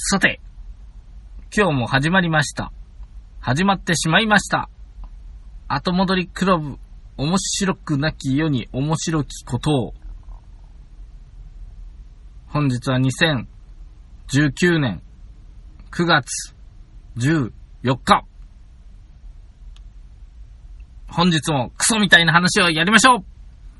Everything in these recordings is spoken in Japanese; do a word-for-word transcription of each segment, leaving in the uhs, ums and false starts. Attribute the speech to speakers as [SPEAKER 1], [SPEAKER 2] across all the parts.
[SPEAKER 1] さて、今日も始まりました。始まってしまいました。後戻りクラブ、面白くなき世に面白きことを。本日はにせんじゅうきゅうねんくがつじゅうよっか。本日もクソみたいな話をやりましょう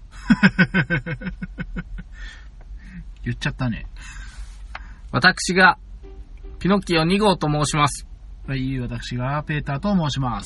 [SPEAKER 2] 言っちゃったね。
[SPEAKER 1] 私がピノキオに号と申します。
[SPEAKER 2] はい、私がペーターと申します。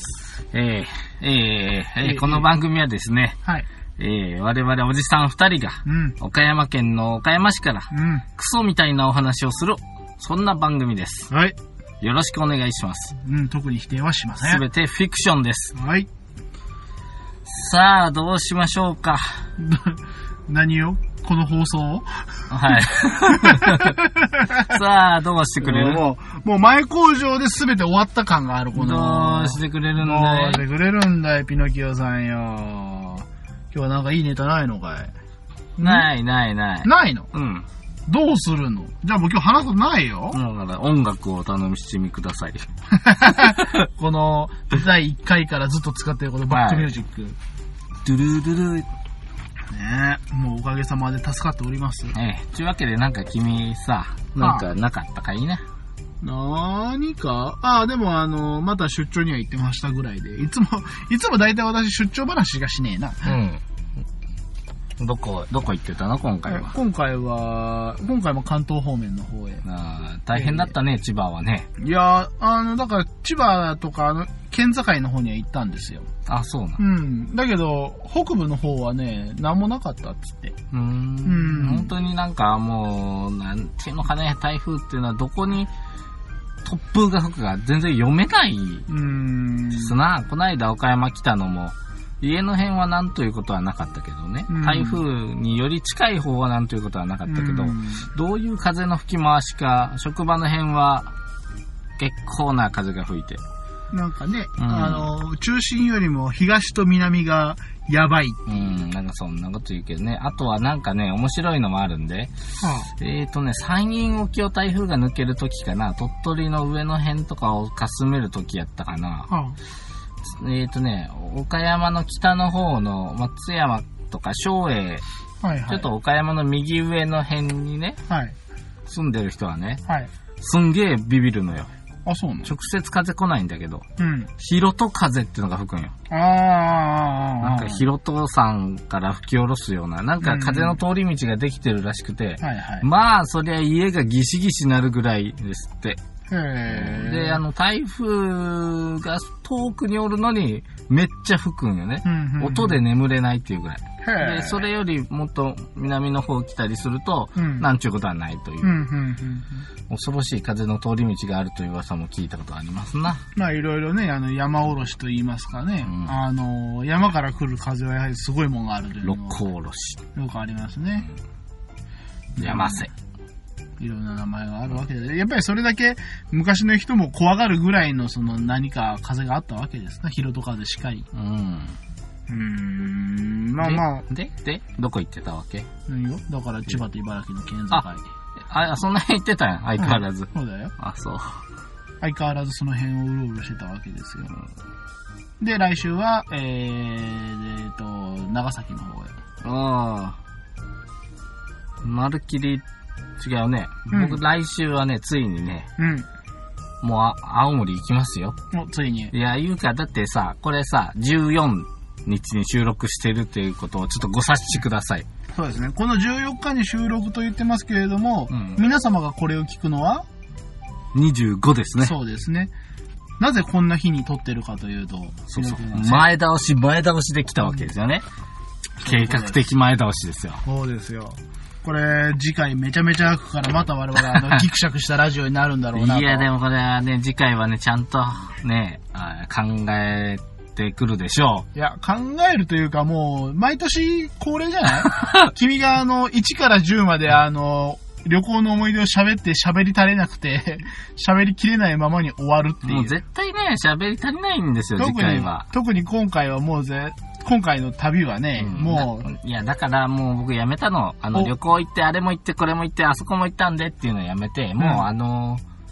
[SPEAKER 1] えー、えー、えー、えー、この番組はですね、
[SPEAKER 2] はい。
[SPEAKER 1] えー、我々おじさん二人が、
[SPEAKER 2] うん、
[SPEAKER 1] 岡山県の岡山市から、
[SPEAKER 2] うん、
[SPEAKER 1] クソみたいなお話をする、そんな番組です。
[SPEAKER 2] はい。
[SPEAKER 1] よろしくお願いします。
[SPEAKER 2] うん、特に否定はしません。
[SPEAKER 1] すべてフィクションです。
[SPEAKER 2] はい。
[SPEAKER 1] さあ、どうしましょうか。
[SPEAKER 2] 何をこの放送を
[SPEAKER 1] はい。さあ、どうしてくれる？
[SPEAKER 2] もう、もう前工場で全て終わった感がある、この。
[SPEAKER 1] どうしてくれるんだい？
[SPEAKER 2] どうしてくれるんだい、ピノキオさんよ。今日はなんかいいネタないのかい？
[SPEAKER 1] ないないない。
[SPEAKER 2] ないの？
[SPEAKER 1] うん。
[SPEAKER 2] どうするの？じゃあもう今日話すことないよ。
[SPEAKER 1] だから音楽をお頼みしてみください。
[SPEAKER 2] このだいいっかいからずっと使ってるこのバックミュージック。はい、
[SPEAKER 1] ドゥルードゥルー。
[SPEAKER 2] ねえ、もうおかげさまで助かっております。
[SPEAKER 1] ええ、というわけでなんか君さ、なんかなかったかいいね。
[SPEAKER 2] なーにかああ、でもあの、また出張には行ってましたぐらいで。いつも、いつも大体私出張話しかしねえな。
[SPEAKER 1] うん。どこ、どこ行ってたの今回は。
[SPEAKER 2] 今回は、今回も関東方面の方へ。
[SPEAKER 1] ああ、大変だったね、えー、千葉はね。
[SPEAKER 2] いや、あの、だから千葉とか、あの、県境の方には行ったんですよ。
[SPEAKER 1] あ、そうなの。
[SPEAKER 2] うん。だけど、北部の方はね、なんもなかったっつって。
[SPEAKER 1] うーん。うん。本当になんかもう、なんていうのかね、台風っていうのはどこに突風が吹くか全然読めないですな。こないだ岡山来たのも、家の辺はなんということはなかったけどね。台風により近い方はなんということはなかったけど、どういう風の吹き回しか、職場の辺は結構な風が吹いて。
[SPEAKER 2] なんかね、うん、あの、中心よりも東と南がやばい。
[SPEAKER 1] うん、なんかそんなこと言うけどね。あとはなんかね、面白いのもあるんで。はあ、えっとね、山陰沖を台風が抜けるときかな、鳥取の上の辺とかをかすめるときやったかな。はあ、えっとね、岡山の北の方の松山とか松栄、はいはい、ちょっと岡山の右上の辺にね、はい、住んでる人はね、はい、すんげえビビるのよ。
[SPEAKER 2] あ、そうなの？
[SPEAKER 1] 直接風来ないんだけど、
[SPEAKER 2] うん。
[SPEAKER 1] ヒロト風っていうのが吹くんよ。
[SPEAKER 2] ああ。
[SPEAKER 1] なんかヒロト山から吹き下ろすような、なんか風の通り道ができてるらしくて、うん、はいはい。まあ、そりゃ家がギシギシなるぐらいですって。
[SPEAKER 2] へ
[SPEAKER 1] で、あの、台風が遠くにおるのにめっちゃ吹くんよね。うんうんうん、音で眠れないっていうぐらい。で、それよりもっと南の方来たりすると、うん、なんちゅうことはないという、うんうんうんうん。恐ろしい風の通り道があるという噂も聞いたことありますな。
[SPEAKER 2] まあいろいろね、あの山おろしと言いますかね、うん、あの、山から来る風はやはりすごいものがあるというのが。
[SPEAKER 1] 六甲おろし。
[SPEAKER 2] よくありますね。
[SPEAKER 1] うん、山瀬。
[SPEAKER 2] いろんな名前があるわけで、やっぱりそれだけ昔の人も怖がるぐらいのその何か風があったわけですね。ヒロト風しかり。
[SPEAKER 1] うん。
[SPEAKER 2] うーん、まあまあ。
[SPEAKER 1] で、で、どこ行ってたわけ？
[SPEAKER 2] 何よ？だから千葉と茨城の県境。
[SPEAKER 1] あ、あ、そんな辺行ってたんや、相変わらず、
[SPEAKER 2] うん。そうだよ。
[SPEAKER 1] あ、そう。
[SPEAKER 2] 相変わらずその辺をうろうろしてたわけですよ。うん、で、来週は、えー、えーと、長崎の方へ。
[SPEAKER 1] ああ。まるっきり違うね。うん、僕、来週はね、ついにね、うん、もうあ、青森行きますよ。
[SPEAKER 2] お、ついに。
[SPEAKER 1] いや、言うか、だってさ、これさ、じゅうよっかに収録してるっていうことをちょっとご察しください。
[SPEAKER 2] そうですね。このじゅうよっかに収録と言ってますけれども、うん、皆様がこれを聞くのは
[SPEAKER 1] にじゅうごですね。
[SPEAKER 2] そうですね。なぜこんな日に撮ってるかというと、
[SPEAKER 1] そうそう。前倒し、前倒しできたわけですよね。うん、計画的前倒しですよ。
[SPEAKER 2] そうですよ。これ、次回めちゃめちゃ開くから、また我々あのギクシャクしたラジオになるんだろうなと。
[SPEAKER 1] いや、でもこれはね、次回はね、ちゃんとね、考えてくるでしょ
[SPEAKER 2] う。いや、考えるというかもう、毎年恒例じゃない君があの、いちからじゅうまであの、旅行の思い出を喋って喋り足れなくて、喋りきれないままに終わるっていう。
[SPEAKER 1] もう絶対ね、喋り足りないんですよ、次回は。
[SPEAKER 2] 特に今回はもうぜ、今回の旅はね、うん、も
[SPEAKER 1] う。いや、だからもう僕やめたの。あの、旅行行って、あれも行って、これも行って、あそこも行ったんでっていうのをやめて、もう、うん、あの、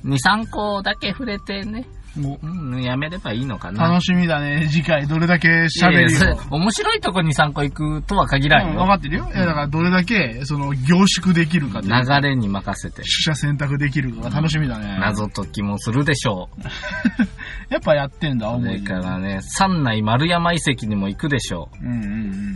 [SPEAKER 1] に、さんこだけ触れてね。うん、やめればいいのかな。
[SPEAKER 2] 楽しみだね。次回どれだけ喋るよ。
[SPEAKER 1] 面白いとこにさんこ行くとは限らんよ。
[SPEAKER 2] うん、分かってるよ。いや、だからどれだけ、その、凝縮できるか
[SPEAKER 1] 流れに任せて。
[SPEAKER 2] 取捨選択できるかが楽しみだね。
[SPEAKER 1] 謎解きもするでしょう。
[SPEAKER 2] やっぱやってんだ、
[SPEAKER 1] 青森。それからね、三内丸山遺跡にも行くでしょ
[SPEAKER 2] う。うんうんうん。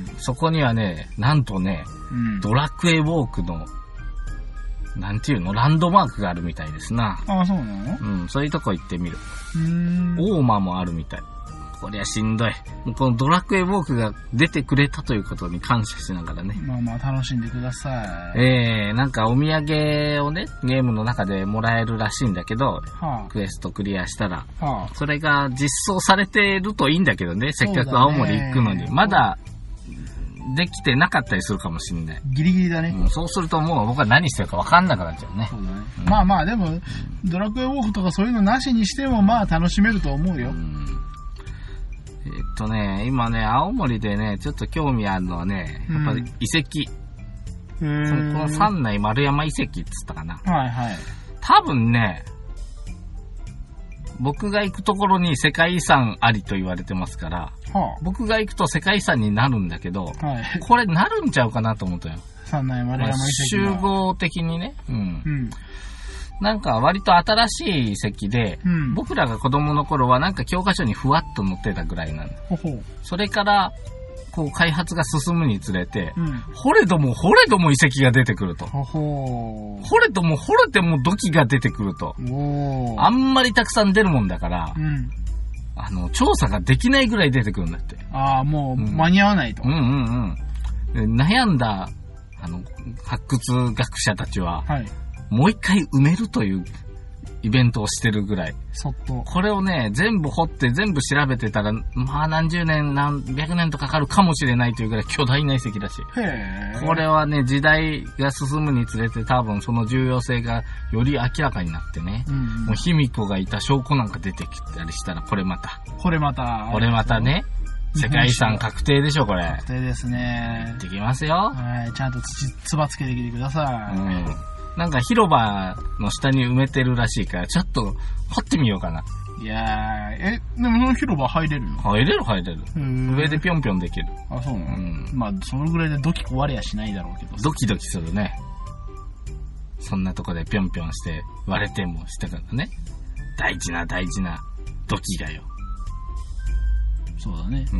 [SPEAKER 1] そこにはね、なんとね、うん、ドラクエウォークの、なんていうのランドマークがあるみたいですな。
[SPEAKER 2] ああ、そうなの？
[SPEAKER 1] うん、そういうとこ行ってみる。うーん。大間もあるみたい。こりゃしんどい。このドラクエウォークが出てくれたということに感謝しながらね。
[SPEAKER 2] まあまあ楽しんでください。
[SPEAKER 1] えー、なんかお土産をね、ゲームの中でもらえるらしいんだけど、はあ、クエストクリアしたら、はあ、それが実装されてるといいんだけどね、せっかく青森行くのに。まだ、できてなかったりするかもしれない。
[SPEAKER 2] ギリギリだね。
[SPEAKER 1] うん、そうするともう僕は何してるか分かんなくなっちゃうね。そうだね。
[SPEAKER 2] うん、まあまあでも、ドラクエウォークとかそういうのなしにしてもまあ楽しめると思うよ。うん、
[SPEAKER 1] えー、っとね、今ね、青森でね、ちょっと興味あるのはね、やっぱり遺跡。うん、この三内丸山遺跡って言ったかな。はいはい。多分ね、僕が行くところに世界遺産ありと言われてますから、はあ、僕が行くと世界遺産になるんだけど、はい、これなるんちゃうかなと思ったよ。
[SPEAKER 2] 三内丸山遺跡、
[SPEAKER 1] 集合的にね。うん。うん、なんか割と新しい遺跡で、うん、僕らが子供の頃はなんか教科書にふわっと載ってたぐらいなんだ。ほほそれから、こう開発が進むにつれて、うん、掘れども掘れども遺跡が出てくると。ほほ掘れども掘れても土器が出てくると。あんまりたくさん出るもんだから、うん、あの、調査ができないぐらい出てくるんだって。
[SPEAKER 2] ああ、もう間に合わないと。
[SPEAKER 1] うん、うんうんうん。悩んだ、あの、発掘学者たちは、はい、もう一回埋めるというイベントをしてるぐらい。そっと。これをね、全部掘って全部調べてたら、まあ何十年、何百年とかかるかもしれないというぐらい巨大な遺跡らしい。へー。これはね、時代が進むにつれて多分その重要性がより明らかになってね、うんうん、もう卑弥呼がいた証拠なんか出てきたりしたら、これまた。
[SPEAKER 2] これまた。
[SPEAKER 1] これまたね。世界遺産確定でしょ、これ。
[SPEAKER 2] 確定ですね。
[SPEAKER 1] 行ってきますよ。
[SPEAKER 2] はい、ちゃんと土、つばつけてきてください。うん。
[SPEAKER 1] なんか広場の下に埋めてるらしいから、ちょっと掘ってみようかな。
[SPEAKER 2] いやー、え、でもその広場入れるの？
[SPEAKER 1] 入れる入れる。上でぴょんぴょんできる。
[SPEAKER 2] あ、そうなの？うん。まあ、そのぐらいでドキ壊れやしないだろうけど。
[SPEAKER 1] ドキドキするね。そんなとこでぴょんぴょんして割れてもしたからね。大事な大事なドキがよ。
[SPEAKER 2] そうだね。うん。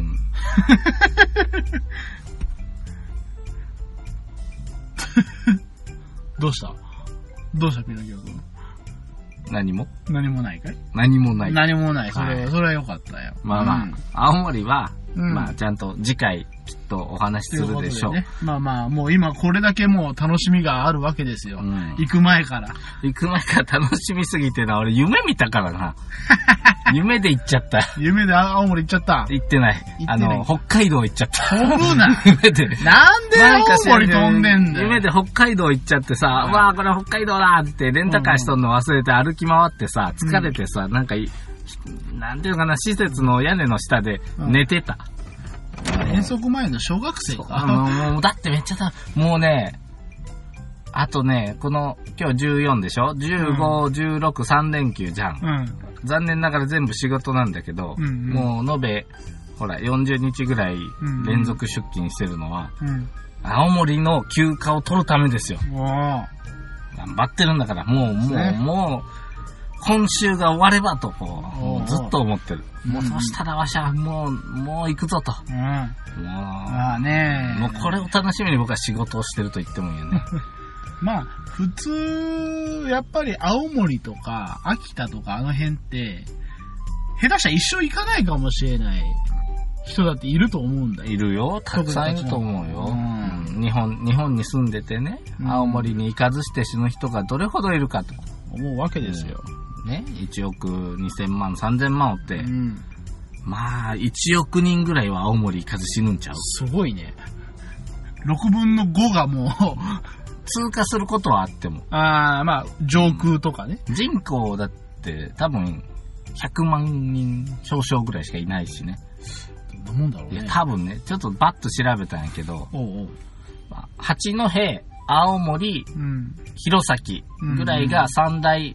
[SPEAKER 2] どうしたどうしたピノキオ君。
[SPEAKER 1] 何も
[SPEAKER 2] 何もないかい？
[SPEAKER 1] 何もない。
[SPEAKER 2] 何もない。それは、はい、それはよかったよ。
[SPEAKER 1] まあまあ、うん、青森は、うん、まあちゃんと次回きっとお話しするでしょう。
[SPEAKER 2] ね、まあまあ、もう今これだけもう楽しみがあるわけですよ。うん、行く前から。
[SPEAKER 1] 行く前から楽しみすぎてな、俺夢見たからな。夢で行っちゃった。
[SPEAKER 2] 夢で青森行っちゃった。
[SPEAKER 1] 行ってない。あの、北海道行っちゃった。
[SPEAKER 2] 飛ぶな。夢で。なんで青森飛んでんだよ。
[SPEAKER 1] 夢で北海道行っちゃってさ、うわーこれ北海道だーってレンタカーしとんの忘れて歩き回ってさ、疲れてさ、うん、なんか、なんていうかな、施設の屋根の下で寝てた。
[SPEAKER 2] うん、遠足前の小学生か。
[SPEAKER 1] あの、もう、だってめっちゃだ、もうね、あとね、この、今日じゅうよんでしょ ?じゅうご、じゅうろく、さん連休じゃん。うん、残念ながら全部仕事なんだけど、うんうん、もう延べ、ほら、よんじゅうにちぐらい連続出勤してるのは、うんうん、青森の休暇を取るためですよ。頑張ってるんだから、もう、もう、ね、もう、今週が終わればと、こう、もうずっと思ってる。もうそうしたらわしは、もう、もう行くぞと。うん、もう、
[SPEAKER 2] まあね、
[SPEAKER 1] もうこれを楽しみに僕は仕事をしてると言ってもいいよね。
[SPEAKER 2] まあ、普通、やっぱり青森とか、秋田とかあの辺って、下手したら一生行かないかもしれない人だっていると思うんだよ。
[SPEAKER 1] いるよ。たくさんいると思うよ。うん、日本、日本に住んでてね、青森に行かずして死ぬ人がどれほどいるかと。
[SPEAKER 2] 思うわけですよ。
[SPEAKER 1] うん、ね、いちおくにせんまん、さんぜんまんおって、うん、まあ、いちおくにんぐらいは青森行かず死ぬんちゃう。
[SPEAKER 2] すごいね。ろくぶんのごがもう、
[SPEAKER 1] 通過することはあっても。
[SPEAKER 2] ああ、まあ、上空とかね。
[SPEAKER 1] 人口だって多分ひゃくまんにん少々ぐらいしかいないしね。
[SPEAKER 2] どんなもんだろうね。
[SPEAKER 1] いや、多分ね、ちょっとバッと調べたんやけど、おうおう、八戸、青森、うん、弘前ぐらいが三大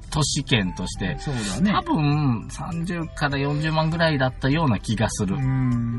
[SPEAKER 1] 都市圏として。
[SPEAKER 2] そうだね。
[SPEAKER 1] 多分、さんじゅうからよんじゅうまんぐらいだったような気がする。
[SPEAKER 2] うん。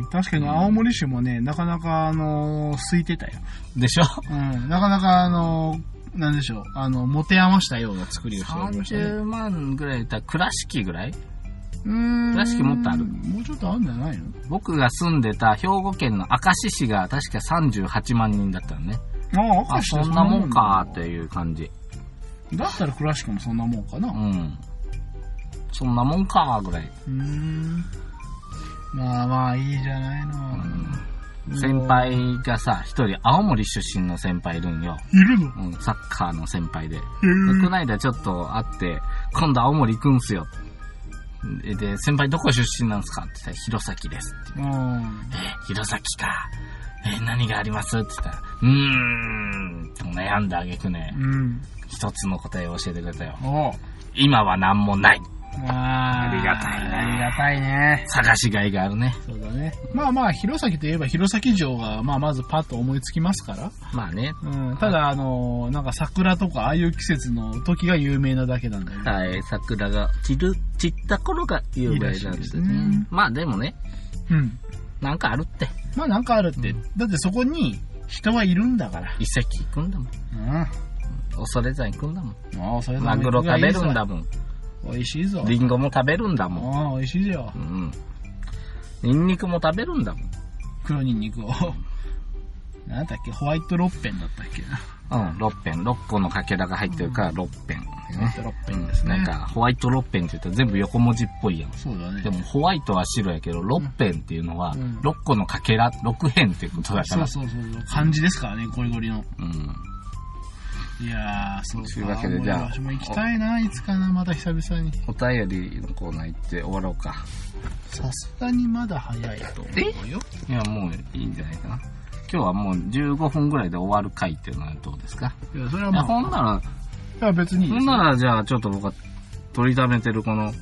[SPEAKER 2] 確かに青森市もね、なかなか、あのー、空いてたよ。
[SPEAKER 1] でしょ？
[SPEAKER 2] うん。なかなか、あのー、なんでしょう。あの、持て余したような作りをしておりましたね。
[SPEAKER 1] さんじゅうまんぐらいだったら、倉敷ぐらい？
[SPEAKER 2] うーん。
[SPEAKER 1] 倉敷もっとある。
[SPEAKER 2] もうちょっとあるんじゃないの？
[SPEAKER 1] 僕が住んでた兵庫県の明石市が確かさんじゅうはちまんにんだったのね。
[SPEAKER 2] ああ、明石
[SPEAKER 1] あ、そんなもんかっていう感じ。
[SPEAKER 2] だったら倉敷もそんなもんかな。
[SPEAKER 1] うん。そんなもんかぐらい。
[SPEAKER 2] うーん。まあまあいいじゃないの。
[SPEAKER 1] うん、先輩がさ、一人青森出身の先輩いるんよ。
[SPEAKER 2] いるの？
[SPEAKER 1] うん、サッカーの先輩で。で、
[SPEAKER 2] ー、
[SPEAKER 1] この間ちょっと会って、今度青森行くんすよ。で、先輩どこ出身なんすかって言ったら、弘前ですって。
[SPEAKER 2] うん。
[SPEAKER 1] え、弘前か。え、何がありますって言ったら、うーん、と悩んであげくね、
[SPEAKER 2] うん。
[SPEAKER 1] 一つの答えを教えてくれたよ。
[SPEAKER 2] お
[SPEAKER 1] 今は何もない。
[SPEAKER 2] あ
[SPEAKER 1] ありがたいね。
[SPEAKER 2] ありがたいね。
[SPEAKER 1] 探しがいがあるね。
[SPEAKER 2] そうだね。まあまあ、弘前といえば弘前城が、まあまずパッと思いつきますから。
[SPEAKER 1] まあね。
[SPEAKER 2] うん。ただ、あの、なんか桜とかああいう季節の時が有名なだけなんだよね。
[SPEAKER 1] はい、桜が散る、散った頃が有名なんですね。ね、まあでもね。
[SPEAKER 2] うん。
[SPEAKER 1] なんかあるって。
[SPEAKER 2] まあなんかあるって。うん、だってそこに人はいるんだから。
[SPEAKER 1] 遺跡行くんだもん。
[SPEAKER 2] うん。
[SPEAKER 1] 恐山行くんだもん。
[SPEAKER 2] ああ、恐山
[SPEAKER 1] マグロ食べるんだもん。
[SPEAKER 2] 美味しいぞ。
[SPEAKER 1] リンゴも食べるんだも
[SPEAKER 2] ん。ああ、美味しいよ。
[SPEAKER 1] うん。ニンニクも食べるんだもん。
[SPEAKER 2] 黒ニンニクを。なんだっけ、ホワイトロッペンだったっけ
[SPEAKER 1] な。うん、ロッペン。ろっこのかけらが入ってるから、うん、ロッペン、ね。
[SPEAKER 2] ホワイトロッペンですね。
[SPEAKER 1] なんか、ホワイトロッペンって言ったら全部横文字っぽいやん。
[SPEAKER 2] そうだね。
[SPEAKER 1] でも、ホワイトは白やけど、ロッペンっていうのは、ろっこのかけら、ろくへんっていうことだから。
[SPEAKER 2] そうそうそう。漢字ですからね、ゴリゴリの。
[SPEAKER 1] うん。
[SPEAKER 2] いやー、そうか。
[SPEAKER 1] というわけで、じゃあ。
[SPEAKER 2] 私も行きたいな、いつかな、また久々に。
[SPEAKER 1] お便りのコーナー行って終わろうか。
[SPEAKER 2] さすがにまだ早いと思うよ。
[SPEAKER 1] いや、もういいんじゃないかな。今日はもうじゅうごふんぐらいで終わる回っていうのはどうですか？
[SPEAKER 2] いや、それはまあ。
[SPEAKER 1] ほんなら、
[SPEAKER 2] いや、別にいいです。
[SPEAKER 1] ほんなら、じゃあ、ちょっと僕は取りためてるこの、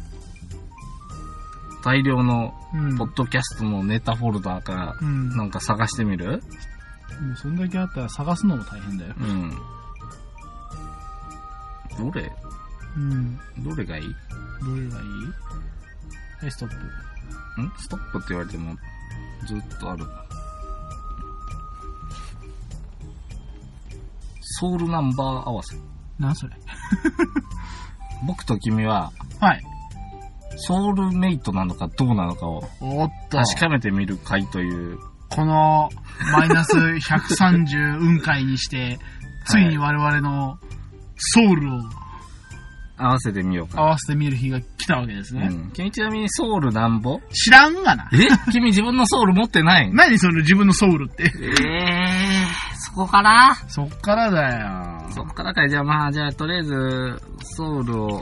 [SPEAKER 1] 大量の、ポッドキャストのネタフォルダーから、なんか探してみる？
[SPEAKER 2] うん、もうそんだけあったら探すのも大変だよ。
[SPEAKER 1] うん。どれ？
[SPEAKER 2] うん。
[SPEAKER 1] どれがいい？
[SPEAKER 2] どれがいい？はい、ストップ。
[SPEAKER 1] ん？ストップって言われても、ずっとある。ソウルナンバー合わせ。
[SPEAKER 2] なんそれ？
[SPEAKER 1] 僕と君は、
[SPEAKER 2] はい。
[SPEAKER 1] ソウルメイトなのかどうなのかを、
[SPEAKER 2] おっと。
[SPEAKER 1] 確かめてみる回という。
[SPEAKER 2] この、マイナスひゃくさんじゅう運回にして、ついに我々のソウルを、
[SPEAKER 1] 合わせてみようか。
[SPEAKER 2] 合わせてみる日が来たわけですね。
[SPEAKER 1] うん。君ちなみにソウルなんぼ？
[SPEAKER 2] 知らんがな。
[SPEAKER 1] え？君自分のソウル持ってない？
[SPEAKER 2] 何その自分のソウルって。
[SPEAKER 1] ええー、そこから
[SPEAKER 2] そっからだよ。
[SPEAKER 1] そっからかい。じゃあまあ、じゃあとりあえず、ソウルを、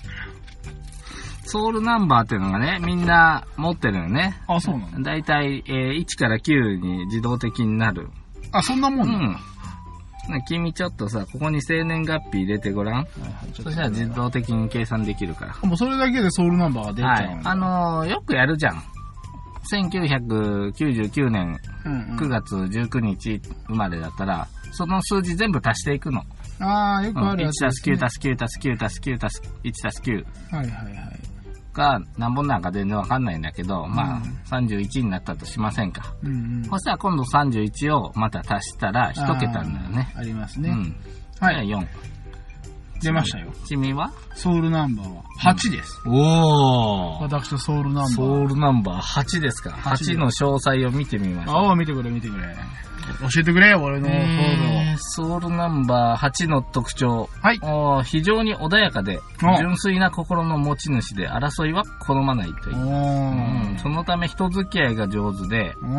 [SPEAKER 1] ソウルナンバーっていうのがね、みんな持ってるよね。
[SPEAKER 2] あ、そうなの？
[SPEAKER 1] だいたい、えー、いちからきゅうに自動的になる。
[SPEAKER 2] あ、そんなもんなの？うん。
[SPEAKER 1] 君ちょっとさ、ここに生年月日入れてごらん。はいはい、そしたら自動的に計算できるから。
[SPEAKER 2] もうそれだけでソウルナンバーが出ちゃう、はい、
[SPEAKER 1] あのー、よくやるじゃん。せんきゅうひゃくきゅうじゅうきゅうねんくがつじゅうくにち生まれだったら、その数字全部足していくの。
[SPEAKER 2] ああ、よくあるやつですね。
[SPEAKER 1] いち足すきゅう足すきゅう足すきゅう足すきゅう足すいち足すきゅう。
[SPEAKER 2] はいはいはい。
[SPEAKER 1] が何本なんか全然わかんないんだけど、うん、まあさんじゅういちになったとしませんか。うんうん、そしたら今度さんじゅういちをまた足したらいち桁になるね。
[SPEAKER 2] あ, ありますね。うん、
[SPEAKER 1] はい。よん。
[SPEAKER 2] 出ましたよ。
[SPEAKER 1] 君は？
[SPEAKER 2] ソウルナンバーははちです。
[SPEAKER 1] うん、おー。
[SPEAKER 2] 私のソウルナンバー。
[SPEAKER 1] ソウルナンバーはちですか。はちの詳細を見てみましょう。
[SPEAKER 2] ああ、見てくれ見てくれ。教えてくれ、俺のソウルを。
[SPEAKER 1] えー、ソウルナンバーはちの特徴。
[SPEAKER 2] はい。
[SPEAKER 1] お非常に穏やかで、純粋な心の持ち主で、争いは好まないという。うん、そのため人付き合いが上手で、うん、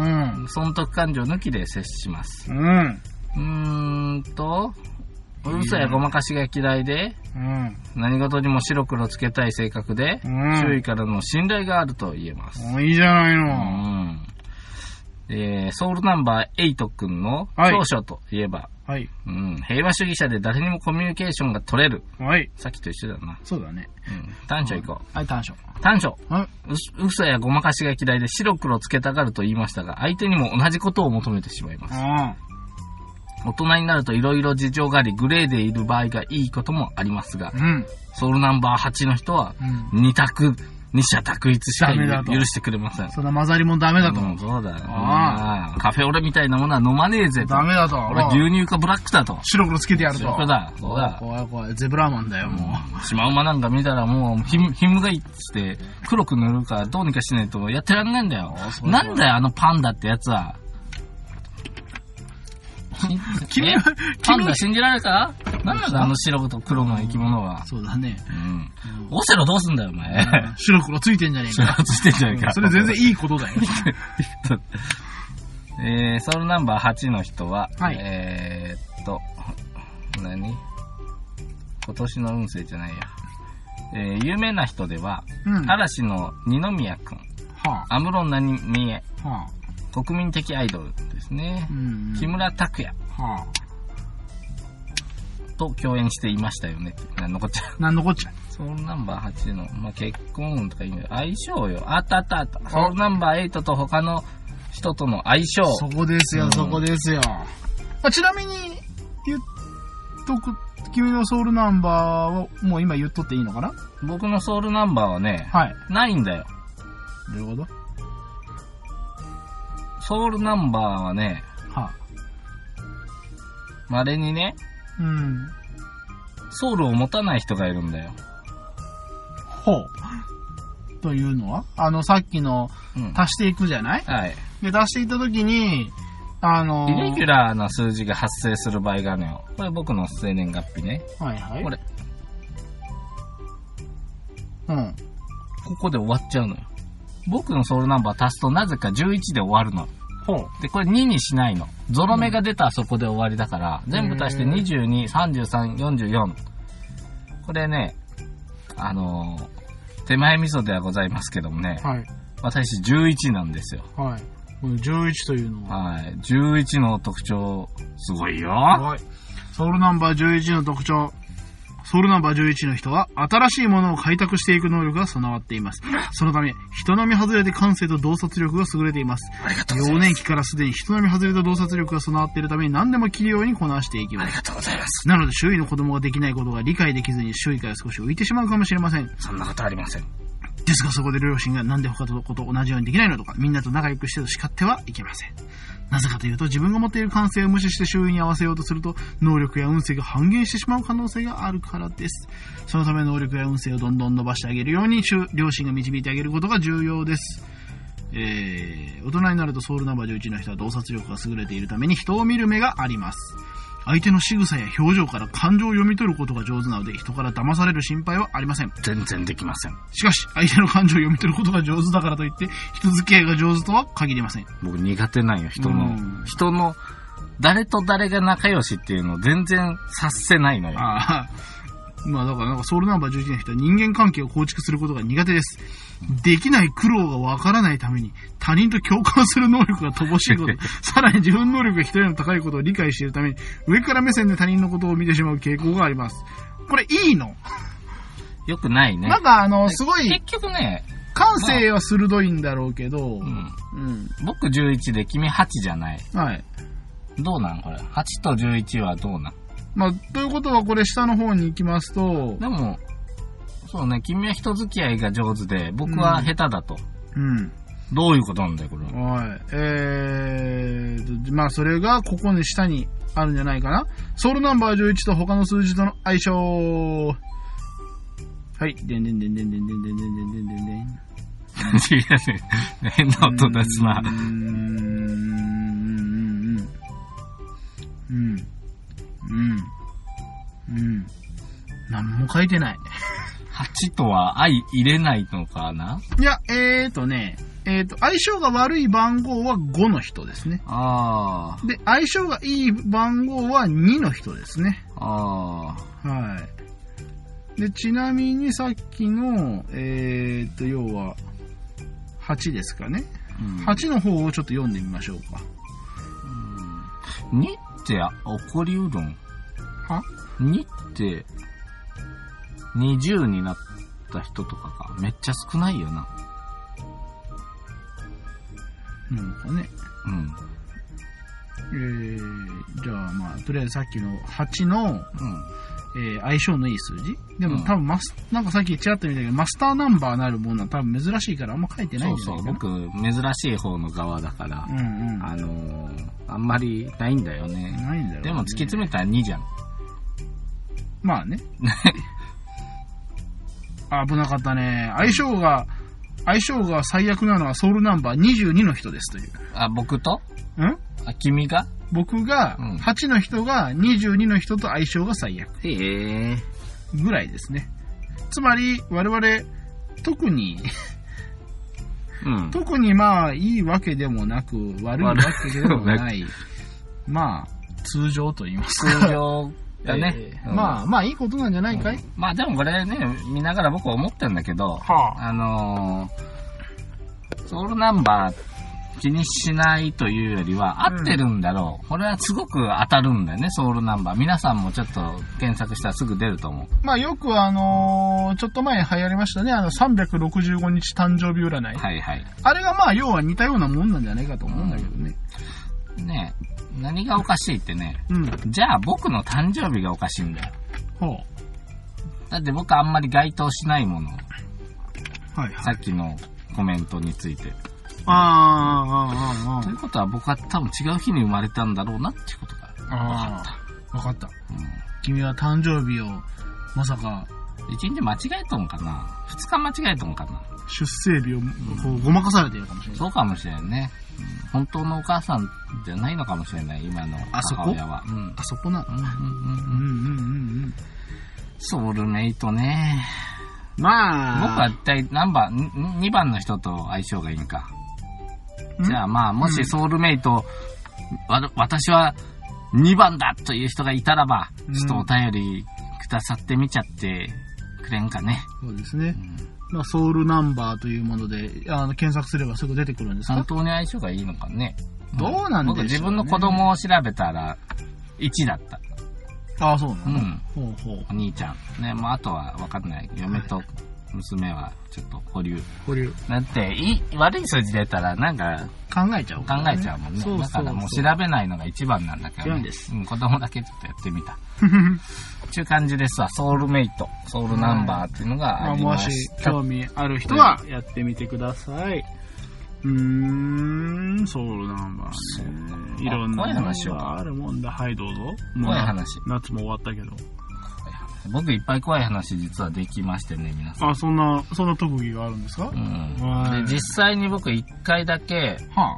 [SPEAKER 1] 損得感情抜きで接します。うん。うーんと、嘘やごまかしが嫌いで、うん、何事にも白黒つけたい性格で、うん、周囲からの信頼があると言えます。
[SPEAKER 2] いいじゃないの。
[SPEAKER 1] うんえー、ソウルナンバーエイト君の長所といえば、
[SPEAKER 2] はい
[SPEAKER 1] うん、平和主義者で誰にもコミュニケーションが取れる。
[SPEAKER 2] はい、
[SPEAKER 1] さっきと一緒だな。
[SPEAKER 2] そうだね。
[SPEAKER 1] うん、短所いこ
[SPEAKER 2] う。はい、短所。
[SPEAKER 1] 短所。う嘘やごまかしが嫌いで白黒つけたがると言いましたが、相手にも同じことを求めてしまいます。 大人になると色々事情があり、グレーでいる場合がいいこともありますが、
[SPEAKER 2] うん、
[SPEAKER 1] ソウルナンバーはちの人は、に択、二者択一しか許してくれません。
[SPEAKER 2] そんな混ざりもダメだと。
[SPEAKER 1] うん、そうだよ。あカフェオレみたいなものは飲まねえぜと。
[SPEAKER 2] ダメだと。
[SPEAKER 1] 俺牛乳かブラックだと。
[SPEAKER 2] 白黒つけてやると。
[SPEAKER 1] 白黒だ。そうだ。
[SPEAKER 2] 怖い怖い。ゼブラーマンだよ、も
[SPEAKER 1] う。シマウマなんか見たらもう、ひむ、ひむがいっつって、黒く塗るからどうにかしないとやってらんないんだよ。なんだよ、あのパンダってやつは。君は、パンダ信じられるか？なんなんだあの白と黒の生き物は。
[SPEAKER 2] そうだね。
[SPEAKER 1] うん。オセロどうすんだよ、お前。
[SPEAKER 2] 白黒ついてんじゃねえか。
[SPEAKER 1] 白黒ついてんじゃねえか。
[SPEAKER 2] それ全然いいことだよ。
[SPEAKER 1] えー、ソウルナンバーはちの人は、
[SPEAKER 2] はい、
[SPEAKER 1] えーっと、何？今年の運勢じゃないや。えー、有名な人では、うん、嵐の二宮くん、はあ、安室奈美恵、はあ、国民的アイドルですね。うん、木村拓哉、はあ、と共演していましたよね。なんのこっちゃ。
[SPEAKER 2] なんのこっちゃ。
[SPEAKER 1] ソウルナンバーはちの、まあ、結婚運とかいうの相性よ。あったあったあった。ソウルナンバーはちと他の人との相性。
[SPEAKER 2] そこですよ、うん、そこですよ。まあ、ちなみに、言っとく、君のソウルナンバーをもう今言っとっていいのかな？
[SPEAKER 1] 僕のソウルナンバーはね、はい、ないんだよ。
[SPEAKER 2] どういうこと？
[SPEAKER 1] ソウルナンバーはね、はあ、稀にね、うん、ソウルを持たない人がいるんだよ。
[SPEAKER 2] ほう。というのはあの、さっきの、足していくじゃない？うん、はい。で、足していったときに、あのー、
[SPEAKER 1] イレギュラーな数字が発生する場合があるのよ。これ僕の生年月日ね。
[SPEAKER 2] はいはい。
[SPEAKER 1] これ。うん。ここで終わっちゃうのよ。僕のソウルナンバー足すとなぜかじゅういちで終わるの。ほう。で、これににしないの。ゾロ目が出たらそこで終わりだから、うん、全部足してにじゅうに、さんじゅうさん、よんじゅうよん。これね、あのー、手前味噌ではございますけどもね。はい。私じゅういちなんですよ。
[SPEAKER 2] はい。じゅういちというのは、
[SPEAKER 1] はい。じゅういちの特徴、すごいよ。はい。
[SPEAKER 2] ソウルナンバーじゅういちの特徴。ソウルナンバーじゅういちの人は、新しいものを開拓していく能力が備わっています。そのため、人並み外れて感性と洞察力が優れています。
[SPEAKER 1] ありがとうございます。
[SPEAKER 2] 幼年期からすでに人並み外れた洞察力が備わっているために何でも器用にこなしていきます。
[SPEAKER 1] ありがとうございます。
[SPEAKER 2] なので、周囲の子供ができないことが理解できずに周囲から少し浮いてしまうかもしれません。
[SPEAKER 1] そんなことありません。
[SPEAKER 2] ですがそこで両親がなんで他の子と同じようにできないのとか、みんなと仲良くしてと叱ってはいけません。なぜかというと、自分が持っている感性を無視して周囲に合わせようとすると、能力や運勢が半減してしまう可能性があるからです。そのため能力や運勢をどんどん伸ばしてあげるように、両親が導いてあげることが重要です。えー、大人になるとソウルナンバーじゅういちの人は洞察力が優れているために人を見る目があります。相手の仕草や表情から感情を読み取ることが上手なので、人から騙される心配はありません。
[SPEAKER 1] 全然できません。
[SPEAKER 2] しかし、相手の感情を読み取ることが上手だからといって、人付き合いが上手とは限りません。
[SPEAKER 1] 僕苦手なんよ、人の。人の、誰と誰が仲良しっていうのを全然察せないのよ。ああ。
[SPEAKER 2] まあだからなんかソウルナンバーじゅういちの人は人間関係を構築することが苦手です。できない苦労がわからないために他人と共感する能力が乏しいこと、さらに自分能力が人よりも高いことを理解しているために上から目線で他人のことを見てしまう傾向があります。これいいの？
[SPEAKER 1] よくないね。
[SPEAKER 2] なんかあの、すごい、
[SPEAKER 1] 結局ね、
[SPEAKER 2] 感性は鋭いんだろうけど、
[SPEAKER 1] まあ、うんうん、僕じゅういちで君はちじゃない。はい。どうなんこれ。はちとじゅういちはどうなん？
[SPEAKER 2] まあ、ということはこれ下の方に行きますと、
[SPEAKER 1] でも、そうね、君は人付き合いが上手で、僕は下手だと。うん。うん、どういうことなんだよ、これは。
[SPEAKER 2] はい。えー、まあ、それがここに下にあるんじゃないかな。ソウルナンバーじゅういちと他の数字との相性。はい。でんでんでんでんでんでんでんでんでんでんでんでん。
[SPEAKER 1] 違う、変な音出すな。うーん。
[SPEAKER 2] うん。うん。うん。何も書いてない。
[SPEAKER 1] はちとは相入れないのかな？
[SPEAKER 2] いや、えーとね、えーと、相性が悪い番号はごの人ですね。ああ。で、相性がいい番号はにの人ですね。ああ。はい。で、ちなみにさっきの、えーと、要は、はちですかね。うん、はちの方をちょっと読んでみましょうか。
[SPEAKER 1] うん、にって起こりうどんは ?に ってにじゅうになった人とかか。めっちゃ少ないよな。
[SPEAKER 2] なんかね。うん。えー、 じゃあまあ、とりあえずさっきのはちの、うんえー、相性のいい数字でも、うん、多分マス、なんかさっきちらっと見たけど、マスターナンバーなるものは多分珍しいからあんま書いてないんじゃないかな。
[SPEAKER 1] そうそう、僕、珍しい方の側だから、うんうん、あのー、あんまりないんだよね。
[SPEAKER 2] ないんだよね。
[SPEAKER 1] でも突き詰めたらにじゃん。
[SPEAKER 2] まあね。危なかったね。相性が、相性が最悪なのはソウルナンバーにじゅうにの人ですという。
[SPEAKER 1] あ、僕と
[SPEAKER 2] ん
[SPEAKER 1] あ、君が
[SPEAKER 2] 僕が、はちの人がにじゅうにの人と相性が最悪。
[SPEAKER 1] へえ。
[SPEAKER 2] ぐらいですね。つまり、我々、特に、うん、特にまあ、いいわけでもなく、悪いわけでもない、まあ、通常と言いますか。
[SPEAKER 1] 通常だね、
[SPEAKER 2] えーうん。まあ、まあ、いいことなんじゃないかい、うん、
[SPEAKER 1] まあ、でもこれね、見ながら僕は思ってるんだけど、はあ、あのー、ソウルナンバー、気にしないというよりは合ってるんだろう、うん、これはすごく当たるんだよね、ソウルナンバー。皆さんもちょっと検索したらすぐ出ると思う。
[SPEAKER 2] まあよくあのー、ちょっと前流行りましたね、あのさんびゃくろくじゅうごにち誕生日占い。
[SPEAKER 1] はいはい。
[SPEAKER 2] あれがまあ要は似たようなもんなんじゃないかと思うんだけどね。
[SPEAKER 1] うん、ねえ、何がおかしいってね、うん、じゃあ僕の誕生日がおかしいんだよ。ほう。だって僕あんまり該当しないもの。はいはい。さっきのコメントについて。ああ、ああ、ああ。ということは僕は多分違う日に生まれたんだろうなっていうことが分かった。
[SPEAKER 2] 分かった。うん、君は誕生日をまさか
[SPEAKER 1] 一日間違えたのかな、二日間間違えたのかな、
[SPEAKER 2] 出生日をこうごまかされてるかもしれない。
[SPEAKER 1] そうかもしれないね。うん、本当のお母さんじゃないのかもしれない、今の母親は。
[SPEAKER 2] あそこ、うん、あそこな。うんうんうんうんうん。
[SPEAKER 1] ソウルメイトね。
[SPEAKER 2] ま
[SPEAKER 1] あ僕は一体何番、にばんの人と相性がいいんか。じゃあまあ、もしソウルメイト、うん、私はにばんだという人がいたらば、うん、ちょっとお便りくださってみちゃってくれんかね。
[SPEAKER 2] そうですね。うん、まあ、ソウルナンバーというもので、あの、検索すればすぐ出てくるんですか？
[SPEAKER 1] 本当に相性がいいのかね。
[SPEAKER 2] どうなんでしょうね。僕
[SPEAKER 1] 自分の子供を調べたらいちだった。
[SPEAKER 2] ああ、そうなの、
[SPEAKER 1] うん。ほうほう。お兄ちゃん。ね、もうあとは分かんない。嫁と娘はちょっと保留。
[SPEAKER 2] 保留。
[SPEAKER 1] だって、いい、悪い数字出たらなんか、
[SPEAKER 2] 考えちゃう、
[SPEAKER 1] ね。考えちゃうもんね。そうそうそう。だからもう調べないのが一番なんだけど、ね。です。うん、子供だけちょっとやってみた。っていう感じですわ。ソウルメイト、ソウルナンバーっていうのがあります。
[SPEAKER 2] もし興味ある人はやってみてください。うーん、ソウルナンバー、ね。いろんな話があるもんだ。はい、どうぞ。
[SPEAKER 1] 怖い話。
[SPEAKER 2] 夏も終わったけど。
[SPEAKER 1] 僕いっぱい怖い話実はできましてね、皆さん。
[SPEAKER 2] あ、そんな、そんな特技があるんですか？
[SPEAKER 1] うん。で、実際に僕いっかいだけ、は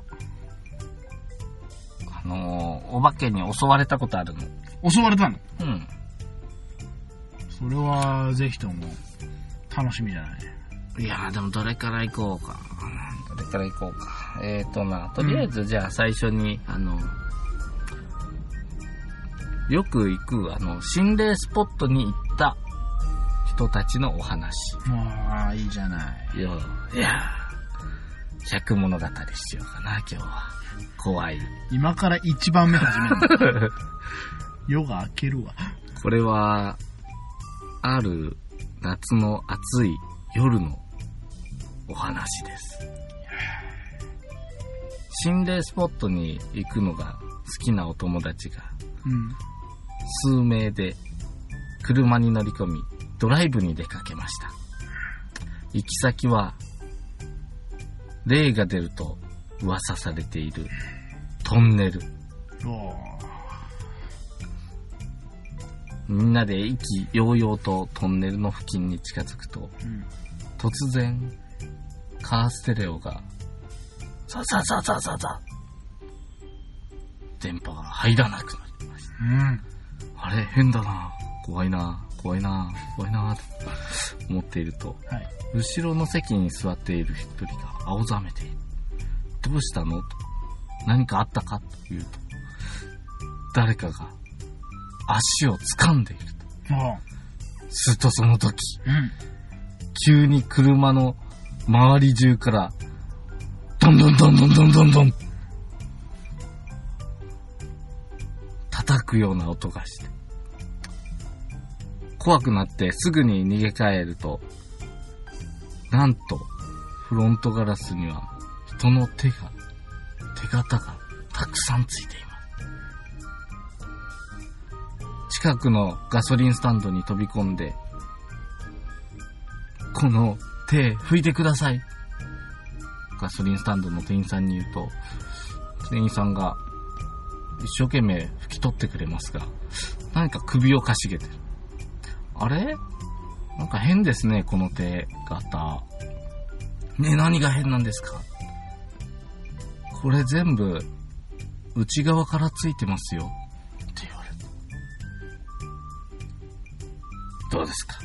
[SPEAKER 1] あ、あのー、お化けに襲われたことあるの。
[SPEAKER 2] 襲われたの？
[SPEAKER 1] うん。
[SPEAKER 2] それは、ぜひとも、楽しみじゃない。
[SPEAKER 1] いやー、でもどれから行こうか。どれから行こうか。えーとな、とりあえずじゃあ最初に、うん、あの、よく行く、あの、心霊スポットに行った人たちのお話。
[SPEAKER 2] ああ、いいじゃない。
[SPEAKER 1] よ、いやー、百物語しようかな、今日は。怖い。
[SPEAKER 2] 今から一番目始める。夜が明けるわ。
[SPEAKER 1] これは、ある夏の暑い夜のお話です。心霊スポットに行くのが好きなお友達が、うん、数名で車に乗り込みドライブに出かけました。行き先は霊が出ると噂されているトンネル。みんなで意気揚々とトンネルの付近に近づくと、うん、突然カーステレオがザザザザザザ電波が入らなくなりました。うん、あれ変だな、怖いな、怖いな、怖いなと思っていると、はい、後ろの席に座っている一人が青ざめている。どうしたのと、何かあったかというと、誰かが足を掴んでいると。ああ、するとその時、うん、急に車の周り中からドンドンドンドンドンドンドン叩くような音がして、怖くなってすぐに逃げ帰ると、なんとフロントガラスには人の手が手形がたくさんついています。 近くのガソリンスタンドに飛び込んで、この手拭いてください。ガソリンスタンドの店員さんに言うと、店員さんが一生懸命拭き取ってくれますが、何か首をかしげてる。あれ？なんか変ですね、この手形。ねえ、何が変なんですか？これ全部内側からついてますよって言われた。どうですか？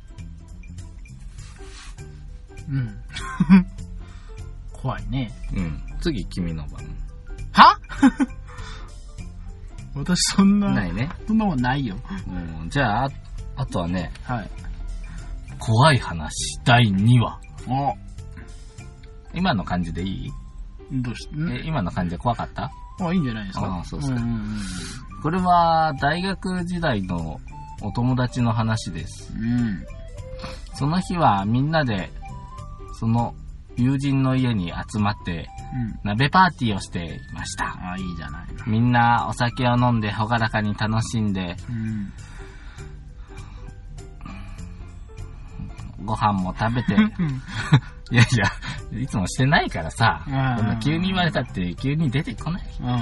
[SPEAKER 2] うん。怖いね。
[SPEAKER 1] うん。次、君の番。
[SPEAKER 2] は私そんな、
[SPEAKER 1] ないね。
[SPEAKER 2] そんなもんないよ。
[SPEAKER 1] うん、じゃあ、あとはね、
[SPEAKER 2] はい。
[SPEAKER 1] 怖い話だいにわ。
[SPEAKER 2] お、
[SPEAKER 1] 今の感じでいい？
[SPEAKER 2] どうし
[SPEAKER 1] え、今の感じで怖かった？
[SPEAKER 2] あ、いいんじゃないですか。
[SPEAKER 1] あ、そうですか。
[SPEAKER 2] うんうんうん、
[SPEAKER 1] これは、大学時代のお友達の話です。
[SPEAKER 2] うん。
[SPEAKER 1] その日はみんなで、その友人の家に集まって、うん、鍋パーティーをしていました。
[SPEAKER 2] あ、いいじゃない。
[SPEAKER 1] みんなお酒を飲んでほがらかに楽しんで、うん、ご飯も食べて、いやいや、いつもしてないからさ、こんな急に言われたって急に出てこない。うんうんうん、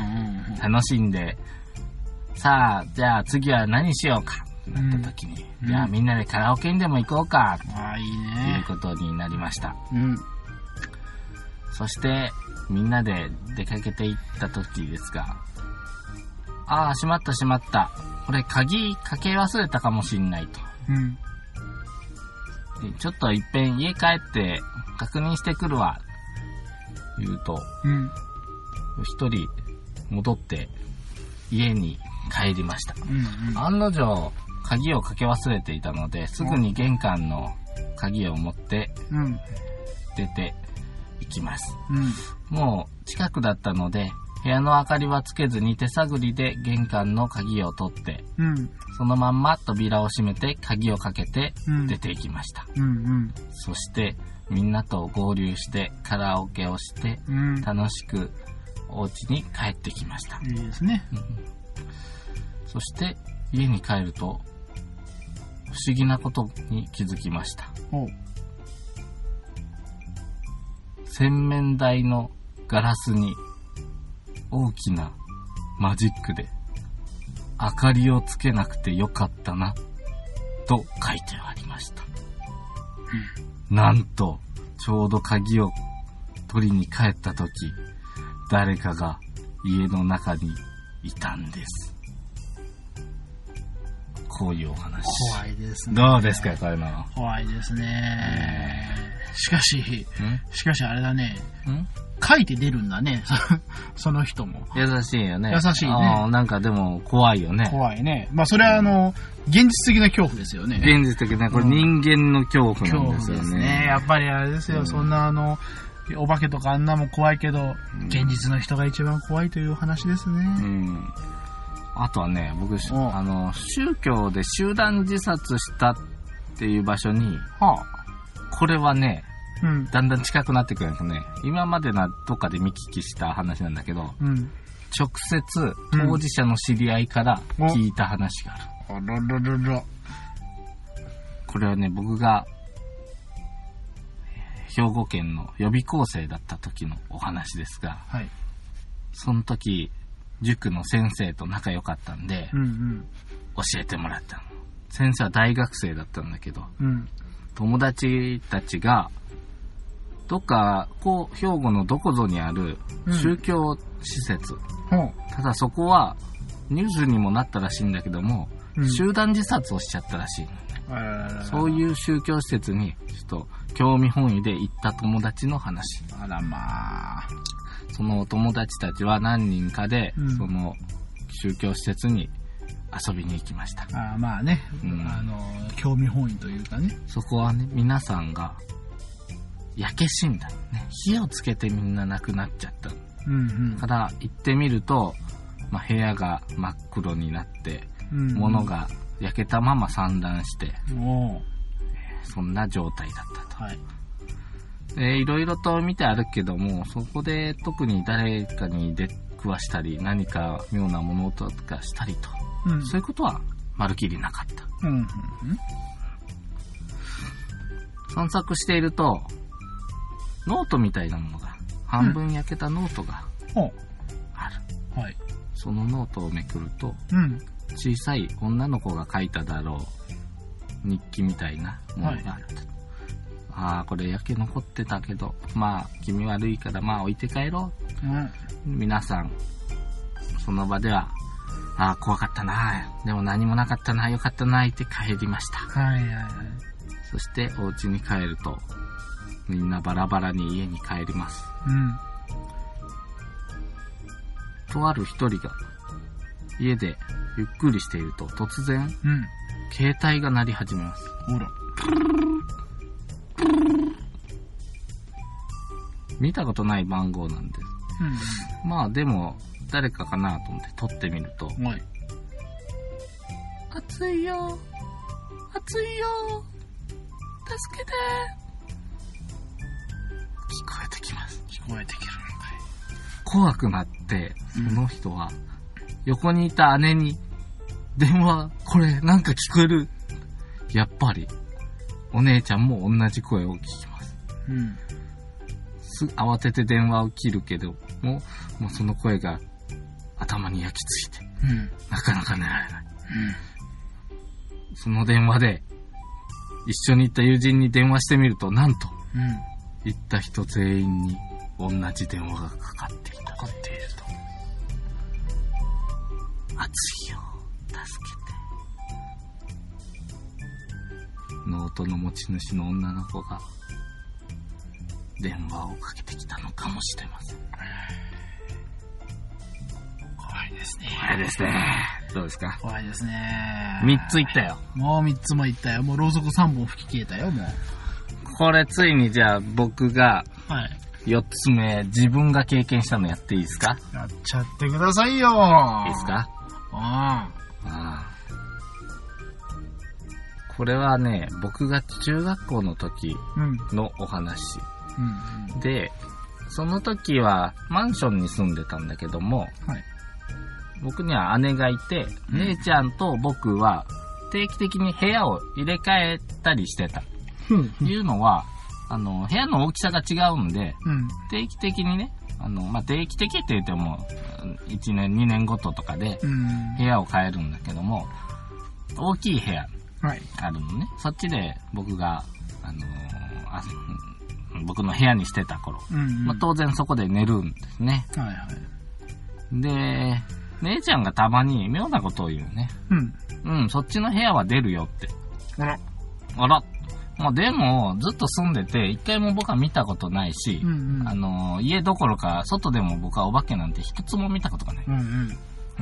[SPEAKER 1] 楽しんで、さあ、じゃあ次は何しようかってなった時に、うん、じゃあみんなでカラオケにでも行こうか、
[SPEAKER 2] あ、いいね。
[SPEAKER 1] ということになりました。
[SPEAKER 2] うん、
[SPEAKER 1] そして、みんなで出かけて行った時ですが、ああ、しまったしまった。これ鍵かけ忘れたかもしんないと。うん、ちょっといっぺん家帰って確認してくるわ。言うと、うん、一人戻って家に帰りました。うんうん、案の定、鍵をかけ忘れていたので、すぐに玄関の鍵を持って出て行きます。うん、もう近くだったので、部屋の明かりはつけずに手探りで玄関の鍵を取って、うん、そのまんま扉を閉めて鍵をかけて出て行きました。うんうんうん、そしてみんなと合流してカラオケをして、うん、楽しくお家に帰ってきました。
[SPEAKER 2] いいですね。うん、
[SPEAKER 1] そして家に帰ると不思議なことに気づきました。お、洗面台のガラスに大きなマジックで明かりをつけなくてよかったなと書いてありました。うん、なんとちょうど鍵を取りに帰った時、誰かが家の中にいたんです。こういうお話。
[SPEAKER 2] 怖いですね。
[SPEAKER 1] どうですか、こういうの。
[SPEAKER 2] 怖いですね。しかし、しかしあれだね。ん書いて出るんだね。その人も。
[SPEAKER 1] 優しいよね。
[SPEAKER 2] 優しいね。
[SPEAKER 1] なんかでも怖いよね。
[SPEAKER 2] 怖いね。まあそれはあの、現実的な恐怖ですよね。
[SPEAKER 1] 現実的な、これ人間の恐怖なんですよね。恐怖ですね。
[SPEAKER 2] やっぱりあれですよ、うん、そんなあの、お化けとかあんなも怖いけど、うん、現実の人が一番怖いという話ですね。うん。
[SPEAKER 1] あとはね、僕、あの、宗教で集団自殺したっていう場所に、はあ、これはね、うん、だんだん近くなってくるんですね。今までなどっかで見聞きした話なんだけど、うん、直接当事者の知り合いから聞いた話がある。うん、あらららら。これはね、僕が兵庫県の予備校生だった時のお話ですが、はい、その時塾の先生と仲良かったんで、うんうん、教えてもらったの。先生は大学生だったんだけど、うん、友達たちがどっかこう兵庫のどこぞにある宗教施設、うん、ただそこはニュースにもなったらしいんだけども、うん、集団自殺をしちゃったらしいの、ね、そういう宗教施設にちょっと興味本位で行った友達の話。
[SPEAKER 2] あらまあ。
[SPEAKER 1] そのお友達たちは何人かで、うん、その宗教施設に遊びに行きました。
[SPEAKER 2] あ、まあね、うん、あの興味本位というかね。
[SPEAKER 1] そこはね、皆さんが焼け死んだ、ね、火をつけてみんな亡くなっちゃった、うんうん、から行ってみると、まあ、部屋が真っ黒になって、うんうん、物が焼けたまま散乱して、おー、そんな状態だったと、はい。でいろいろと見てあるけども、そこで特に誰かに出くわしたり何か妙な物音とかしたりと、うん、そういうことはまるきりなかった。
[SPEAKER 2] うんうんうん、
[SPEAKER 1] 散策していると、ノートみたいなものが、半分焼けたノートがある。
[SPEAKER 2] うん、はい。
[SPEAKER 1] そのノートをめくると、
[SPEAKER 2] うん、
[SPEAKER 1] 小さい女の子が書いただろう日記みたいなものがあった。はい、ああ、これ焼け残ってたけど、まあ、気味悪いからまあ置いて帰ろう。うん、皆さん、その場では、ああ、怖かったな、でも何もなかったな、よかったな、って帰りました。
[SPEAKER 2] はいはいはい。
[SPEAKER 1] そしてお家に帰ると、みんなバラバラに家に帰ります。
[SPEAKER 2] うん。
[SPEAKER 1] とある一人が、家でゆっくりしていると、突然、
[SPEAKER 2] うん、
[SPEAKER 1] 携帯が鳴り始めます。
[SPEAKER 2] ほら。
[SPEAKER 1] 見たことない番号なんです。
[SPEAKER 2] うん、
[SPEAKER 1] まあでも、誰かかなと思って取ってみると、はい、暑いよ、暑いよ、助けて、聞こえてきます。
[SPEAKER 2] 聞こえてくるのかい。
[SPEAKER 1] 怖くなって、その人は、横にいた姉に、電話、これ、なんか聞こえる。やっぱり、お姉ちゃんも同じ声を聞きます。
[SPEAKER 2] うん、
[SPEAKER 1] すぐ慌てて電話を切るけど、もう、もうその声が頭に焼き付いて、
[SPEAKER 2] うん、
[SPEAKER 1] なかなか寝られない。
[SPEAKER 2] うん、
[SPEAKER 1] その電話で、一緒に行った友人に電話してみると、なんと、
[SPEAKER 2] うん、
[SPEAKER 1] 行った人全員に同じ電話がかかっていた。
[SPEAKER 2] かかっていると。
[SPEAKER 1] 暑いよ、助けて。ノートの持ち主の女の子が電話をかけてきたのかもしれません。
[SPEAKER 2] 怖いですね。
[SPEAKER 1] 怖いですね。どうですか？
[SPEAKER 2] 怖いですね。
[SPEAKER 1] 三つ言ったよ。
[SPEAKER 2] もう三つも言ったよ。もうろうそく三本吹き消えたよ、もう。
[SPEAKER 1] これついにじゃあ僕が、
[SPEAKER 2] はい。
[SPEAKER 1] 四つ目、自分が経験したのやっていいですか？
[SPEAKER 2] やっちゃってくださいよ。
[SPEAKER 1] いいですか？
[SPEAKER 2] あ
[SPEAKER 1] あ。ああ。これはね、僕が中学校の時のお話。
[SPEAKER 2] うんうん、
[SPEAKER 1] で、その時はマンションに住んでたんだけども、
[SPEAKER 2] はい、
[SPEAKER 1] 僕には姉がいて、うん、姉ちゃんと僕は定期的に部屋を入れ替えたりしてた。
[SPEAKER 2] うん、
[SPEAKER 1] いうのは、あの、部屋の大きさが違うんで、
[SPEAKER 2] うん、
[SPEAKER 1] 定期的にね、あの、まあ、定期的って言っても、いちねん、にねんごととかで、部屋を変えるんだけども、大きい部屋、あるのね。そっちで僕が、あのー、あ僕の部屋にしてた頃、
[SPEAKER 2] うんうん、
[SPEAKER 1] まあ、当然そこで寝るんですね。
[SPEAKER 2] はいはい、
[SPEAKER 1] で、姉ちゃんがたまに妙なことを言うね。
[SPEAKER 2] うん。
[SPEAKER 1] うん、そっちの部屋は出るよって。
[SPEAKER 2] あら。
[SPEAKER 1] あら。まあ、でも、ずっと住んでて、一回も僕は見たことないし、
[SPEAKER 2] うんうん、
[SPEAKER 1] あの、家どころか、外でも僕はお化けなんて一つも見たことがない。
[SPEAKER 2] うんうん。うん。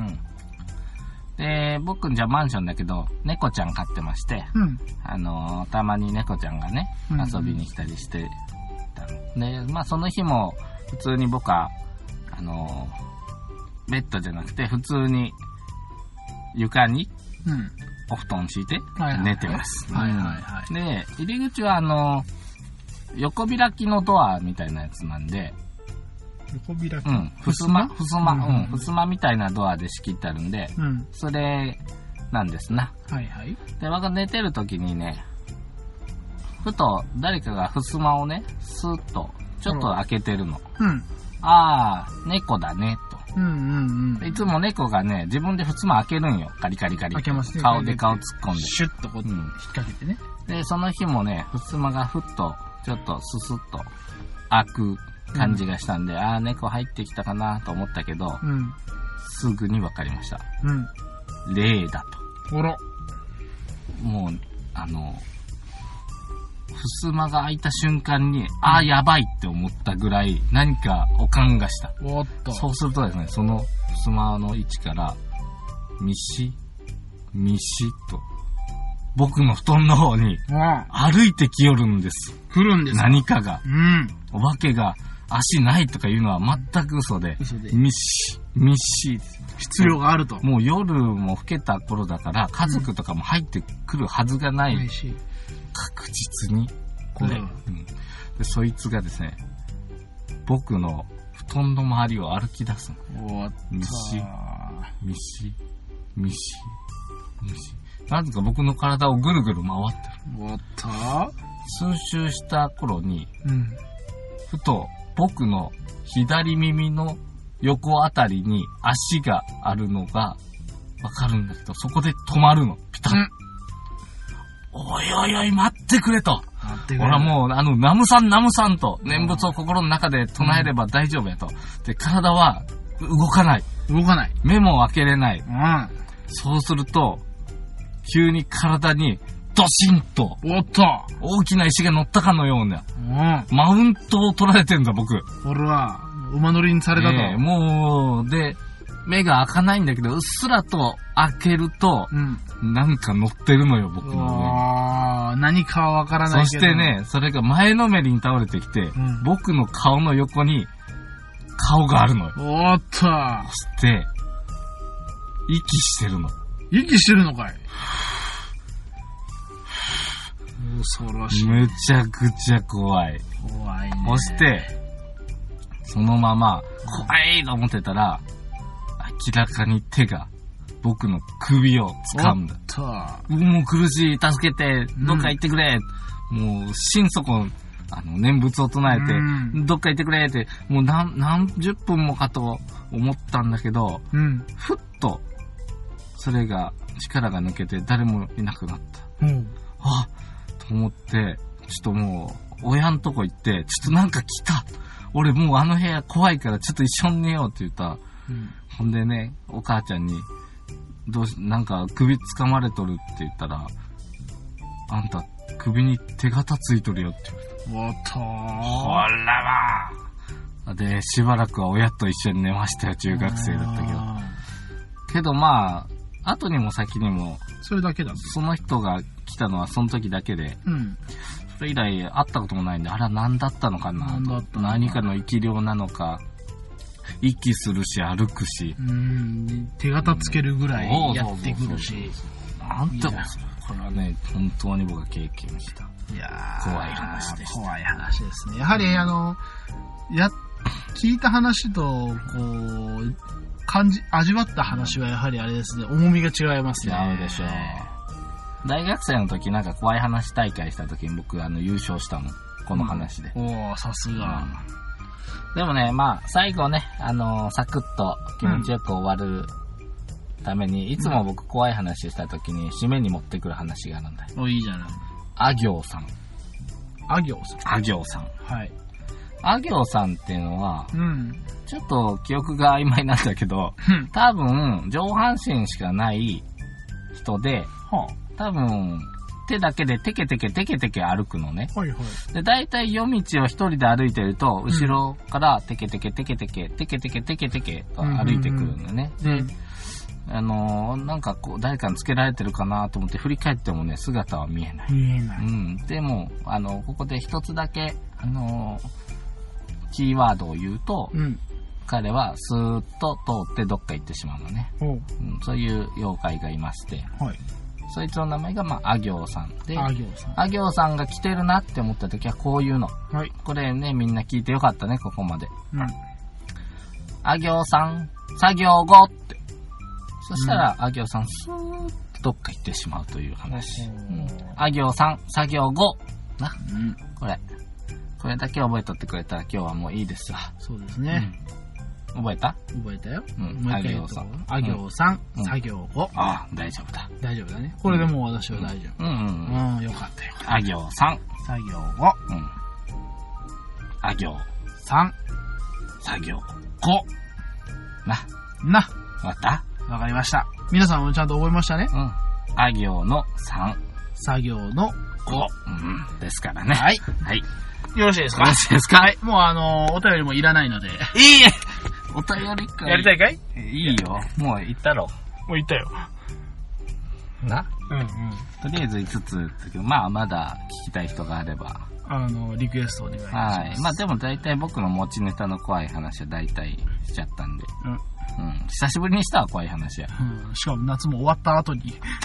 [SPEAKER 1] で、僕じゃマンションだけど、猫ちゃん飼ってまして、
[SPEAKER 2] うん、
[SPEAKER 1] あの、たまに猫ちゃんがね、
[SPEAKER 2] うんうん、
[SPEAKER 1] 遊びに来たりしてたの。で、まあその日も、普通に僕は、あの、ベッドじゃなくて、普通に、床に、
[SPEAKER 2] うん、
[SPEAKER 1] お布団敷いて、寝てます。
[SPEAKER 2] はいはいはい。
[SPEAKER 1] で、入り口はあの、横開きのドアみたいなやつなんで、
[SPEAKER 2] 横開き、
[SPEAKER 1] うん、ふすま、ふすま、うん、ふすまみたいなドアで仕切ってあるんで、
[SPEAKER 2] うん、
[SPEAKER 1] それなんですな。
[SPEAKER 2] はいはい。
[SPEAKER 1] で、僕が寝てる時にね、ふと誰かがふすまをね、スーッと、ちょっと開けてるの。
[SPEAKER 2] うん。
[SPEAKER 1] あー、猫だね、と。
[SPEAKER 2] うんうんうん。
[SPEAKER 1] いつも猫がね、自分でふすま開けるんよ。カリカリカリ。
[SPEAKER 2] 開けますね。
[SPEAKER 1] 顔で顔突っ込んで。
[SPEAKER 2] シュッとこう、うん、引っ掛けてね。
[SPEAKER 1] で、その日もね、ふすまがふっと、ちょっとススッと開く感じがしたんで、うん、あー、猫入ってきたかなと思ったけど、
[SPEAKER 2] うん、
[SPEAKER 1] すぐに分かりました。
[SPEAKER 2] うん。
[SPEAKER 1] 霊だと。
[SPEAKER 2] あら。
[SPEAKER 1] もう、あの、ふすまが開いた瞬間に、あーやばいって思ったぐらい何かおかんがした。
[SPEAKER 2] おっと。
[SPEAKER 1] そうするとですね、そのふすまの位置から、ミシ、ミシと、僕の布団の方に歩いてきよるんです。
[SPEAKER 2] 来るんですか？
[SPEAKER 1] 何かが。
[SPEAKER 2] うん。
[SPEAKER 1] お化けが足ないとかいうのは全く嘘で、
[SPEAKER 2] 嘘で
[SPEAKER 1] ミシ、ミシ。
[SPEAKER 2] 必要があると。
[SPEAKER 1] もう夜も更けた頃だから、家族とかも入ってくるはずがない。
[SPEAKER 2] うん、
[SPEAKER 1] 確実に、これ、うん、で。そいつがですね、僕の布団の周りを歩き出すの。
[SPEAKER 2] おっと。
[SPEAKER 1] ミシ、ミシ、ミシ、ミシ。 なぜか僕の体をぐるぐる回って
[SPEAKER 2] る。おっと
[SPEAKER 1] 数周した頃に、
[SPEAKER 2] うん、
[SPEAKER 1] ふと僕の左耳の横あたりに足があるのがわかるんだけど、そこで止まるの。ピタッ。うん、おいおいおい、待ってくれと。俺はもう、あの、ナムさんナムさんと念仏を心の中で唱えれば大丈夫やと。で、体は動かない。
[SPEAKER 2] 動かない。
[SPEAKER 1] 目も開けれない。
[SPEAKER 2] うん、
[SPEAKER 1] そうすると、急に体にドシンと、
[SPEAKER 2] おっと
[SPEAKER 1] 大きな石が乗ったかのような、
[SPEAKER 2] うん、
[SPEAKER 1] マウントを取られてんだ、僕。
[SPEAKER 2] 俺は、馬乗りにされたと。
[SPEAKER 1] えー、もう、で、目が開かないんだけど、うっすらと開けると、うん、なんか乗ってるのよ、僕の上に。
[SPEAKER 2] あ何かはわからないけど。
[SPEAKER 1] そしてね、それが前のめりに倒れてきて、うん、僕の顔の横に顔があるのよ。
[SPEAKER 2] おっと。そ
[SPEAKER 1] して、息してるの。
[SPEAKER 2] 息してるのかい。恐ろしい。
[SPEAKER 1] めちゃくちゃ怖い。
[SPEAKER 2] 怖いね。
[SPEAKER 1] そして、そのまま、怖いと思ってたら、明らかに手が僕の首を掴んだ。もう苦しい、助けて、どっか行ってくれ。うん、もう、心底、あの、念仏を唱えて、うん、どっか行ってくれって、もう何、何十分もかと思ったんだけど、
[SPEAKER 2] うん、
[SPEAKER 1] ふっと、それが、力が抜けて誰もいなくなった。
[SPEAKER 2] うん、
[SPEAKER 1] あと思って、ちょっともう、親んとこ行って、ちょっとなんか来た。俺もうあの部屋怖いからちょっと一緒に寝ようって言った。
[SPEAKER 2] うん、
[SPEAKER 1] ほんでね、お母ちゃんに、どうし、なんか首掴まれとるって言ったら、あんた首に手形ついとるよって
[SPEAKER 2] 言われた。おっとー。
[SPEAKER 1] ほらまで、しばらくは親と一緒に寝ましたよ、中学生だったけど。けどまあ、後にも先にも、
[SPEAKER 2] それだけだ。
[SPEAKER 1] その人が来たのはその時だけで、
[SPEAKER 2] うん、
[SPEAKER 1] それ以来会ったこともないんで、あれは何だったのかなと。
[SPEAKER 2] 何だったのか。
[SPEAKER 1] 何かの生き量なのか、息するし歩くし、
[SPEAKER 2] うーん、手形つけるぐらいやってくるし、
[SPEAKER 1] なんてことする。これはね、本当に僕が経験した。
[SPEAKER 2] いや
[SPEAKER 1] 怖い話でした。
[SPEAKER 2] 怖い話ですね。やはりあの、や、聞いた話と、こう、感じ、味わった話はやはりあれですね、重みが違いますね。
[SPEAKER 1] 違うでしょう。大学生の時なんか怖い話大会した時に僕あの優勝したもん。この話で。
[SPEAKER 2] うん、おー、さすが。
[SPEAKER 1] うん、でもね、まあ、最後ね、あのー、サクッと気持ちよく終わるために、うん、いつも僕怖い話した時に締めに持ってくる話があるんだよ。
[SPEAKER 2] お、いいじゃない。
[SPEAKER 1] あ行さん。
[SPEAKER 2] あ行さん。
[SPEAKER 1] あ行さん。
[SPEAKER 2] はい。
[SPEAKER 1] あ行さんっていうのは、
[SPEAKER 2] うん、
[SPEAKER 1] ちょっと記憶が曖昧なんだけど、
[SPEAKER 2] うん、
[SPEAKER 1] 多分上半身しかない人で、
[SPEAKER 2] はあ、
[SPEAKER 1] 多分手だけでテケテケテケテケ歩くのね。
[SPEAKER 2] はいはい。
[SPEAKER 1] で、大体夜道を一人で歩いてると、後ろからテケテケテケテケ、テケテケテケテケと歩いてくるんだよね。
[SPEAKER 2] うんうんうん、
[SPEAKER 1] で、あのー、なんかこう、誰かにつけられてるかなと思って振り返ってもね、姿は見えない。
[SPEAKER 2] 見えない。
[SPEAKER 1] うん。でも、あの、ここで一つだけ、あのー、キーワードを言うと、
[SPEAKER 2] うん、
[SPEAKER 1] 彼はスーッと通ってどっか行ってしまうのね。
[SPEAKER 2] うん
[SPEAKER 1] うん、そういう妖怪がいまして、
[SPEAKER 2] はい、
[SPEAKER 1] そいつの名前が、まあ、あ行さんで、
[SPEAKER 2] あ行さん。
[SPEAKER 1] あ行さんが来てるなって思った時はこういうの。
[SPEAKER 2] はい。
[SPEAKER 1] これね、みんな聞いてよかったね、ここまで。
[SPEAKER 2] うん。
[SPEAKER 1] あ行さん、作業後って。そしたら、あ行さん、スーッとどっか行ってしまうという話。うん。あ行さん、作業後。な。
[SPEAKER 2] うん。
[SPEAKER 1] これ。これだけ覚えとってくれたら今日はもういいですわ。
[SPEAKER 2] そうですね。
[SPEAKER 1] うん、覚えた？
[SPEAKER 2] 覚えたよ。
[SPEAKER 1] うん。あ行さん。
[SPEAKER 2] あ行さん、作業後。
[SPEAKER 1] ああ、大丈夫だ。
[SPEAKER 2] 大丈夫だね。これでもう私は大丈夫。
[SPEAKER 1] うんうん
[SPEAKER 2] うん。うん、よかったよ。
[SPEAKER 1] あ行さん。
[SPEAKER 2] 作業後。
[SPEAKER 1] うん。あ行
[SPEAKER 2] さん。
[SPEAKER 1] 作業
[SPEAKER 2] 後。
[SPEAKER 1] な。
[SPEAKER 2] な。
[SPEAKER 1] わかった？
[SPEAKER 2] わかりました。皆さんもちゃんと覚えましたね。
[SPEAKER 1] うん。あ行のさん。
[SPEAKER 2] 作業のご。
[SPEAKER 1] うん。ですからね。
[SPEAKER 2] はい。
[SPEAKER 1] はい。
[SPEAKER 2] よろしいですか？
[SPEAKER 1] よろしいですか？
[SPEAKER 2] はい。もうあのー、お便りもいらないので。いい
[SPEAKER 1] えお便りか
[SPEAKER 2] やりたいかい？
[SPEAKER 1] いいよ。もう言ったろ。
[SPEAKER 2] もう言ったよ。
[SPEAKER 1] な？
[SPEAKER 2] うんうん。
[SPEAKER 1] とりあえずいつつだけど、まあまだ聞きたい人があれば。
[SPEAKER 2] あの、リクエストお願いします。
[SPEAKER 1] はい。まあでも大体僕の持ちネタの怖い話は大体しちゃったんで。
[SPEAKER 2] うん。
[SPEAKER 1] うん。久しぶりにしたわ、怖い話や。
[SPEAKER 2] うん。しかも夏も終わった後に。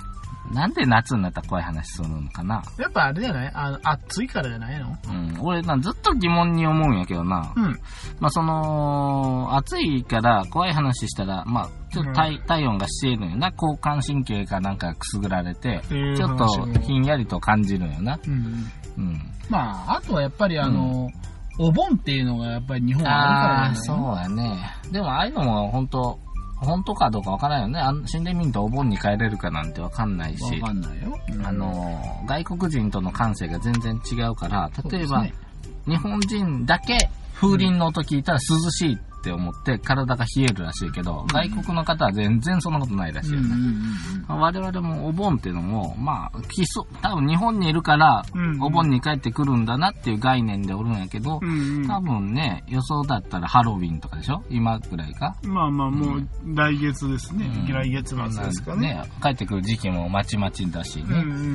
[SPEAKER 1] なんで夏になったら怖い話するのかな。
[SPEAKER 2] やっぱあれじゃない？あの、暑いからじゃないの？
[SPEAKER 1] うん。俺な、ずっと疑問に思うんやけどな。
[SPEAKER 2] うん。
[SPEAKER 1] まあ、その、暑いから怖い話したら、まあ、ちょっと体、うん、体温がしているんよな。交感神経かなんかくすぐられて、ちょっとひんやりと感じるんよな。うん。うん。まあ、あとはやっぱりあの、うん、お盆っていうのがやっぱり日本はあるからね。そうやね。でもああいうのも本当本当かどうかわからないよね。あ死んでみんとお盆に帰れるかなんてわかんないし。わかんないよ。うん、あの、外国人との感性が全然違うから、例えば、ね、日本人だけ風鈴の音聞いたら涼しいって思って体が冷えるらしいけど、うん、外国の方は全然そんなことないらしいよね。うんうんうん、我々もお盆っていうのも、まあ、基礎、多分日本にいるから、お盆に帰ってくるんだなっていう概念でおるんやけど、うんうん、多分ね、予想だったらハロウィンとかでしょ？今くらいか。
[SPEAKER 2] まあまあ、もう来月ですね。うん、来月末ですかね。ね、
[SPEAKER 1] 帰ってくる時期もまちまちだしね。うんうんうんうん、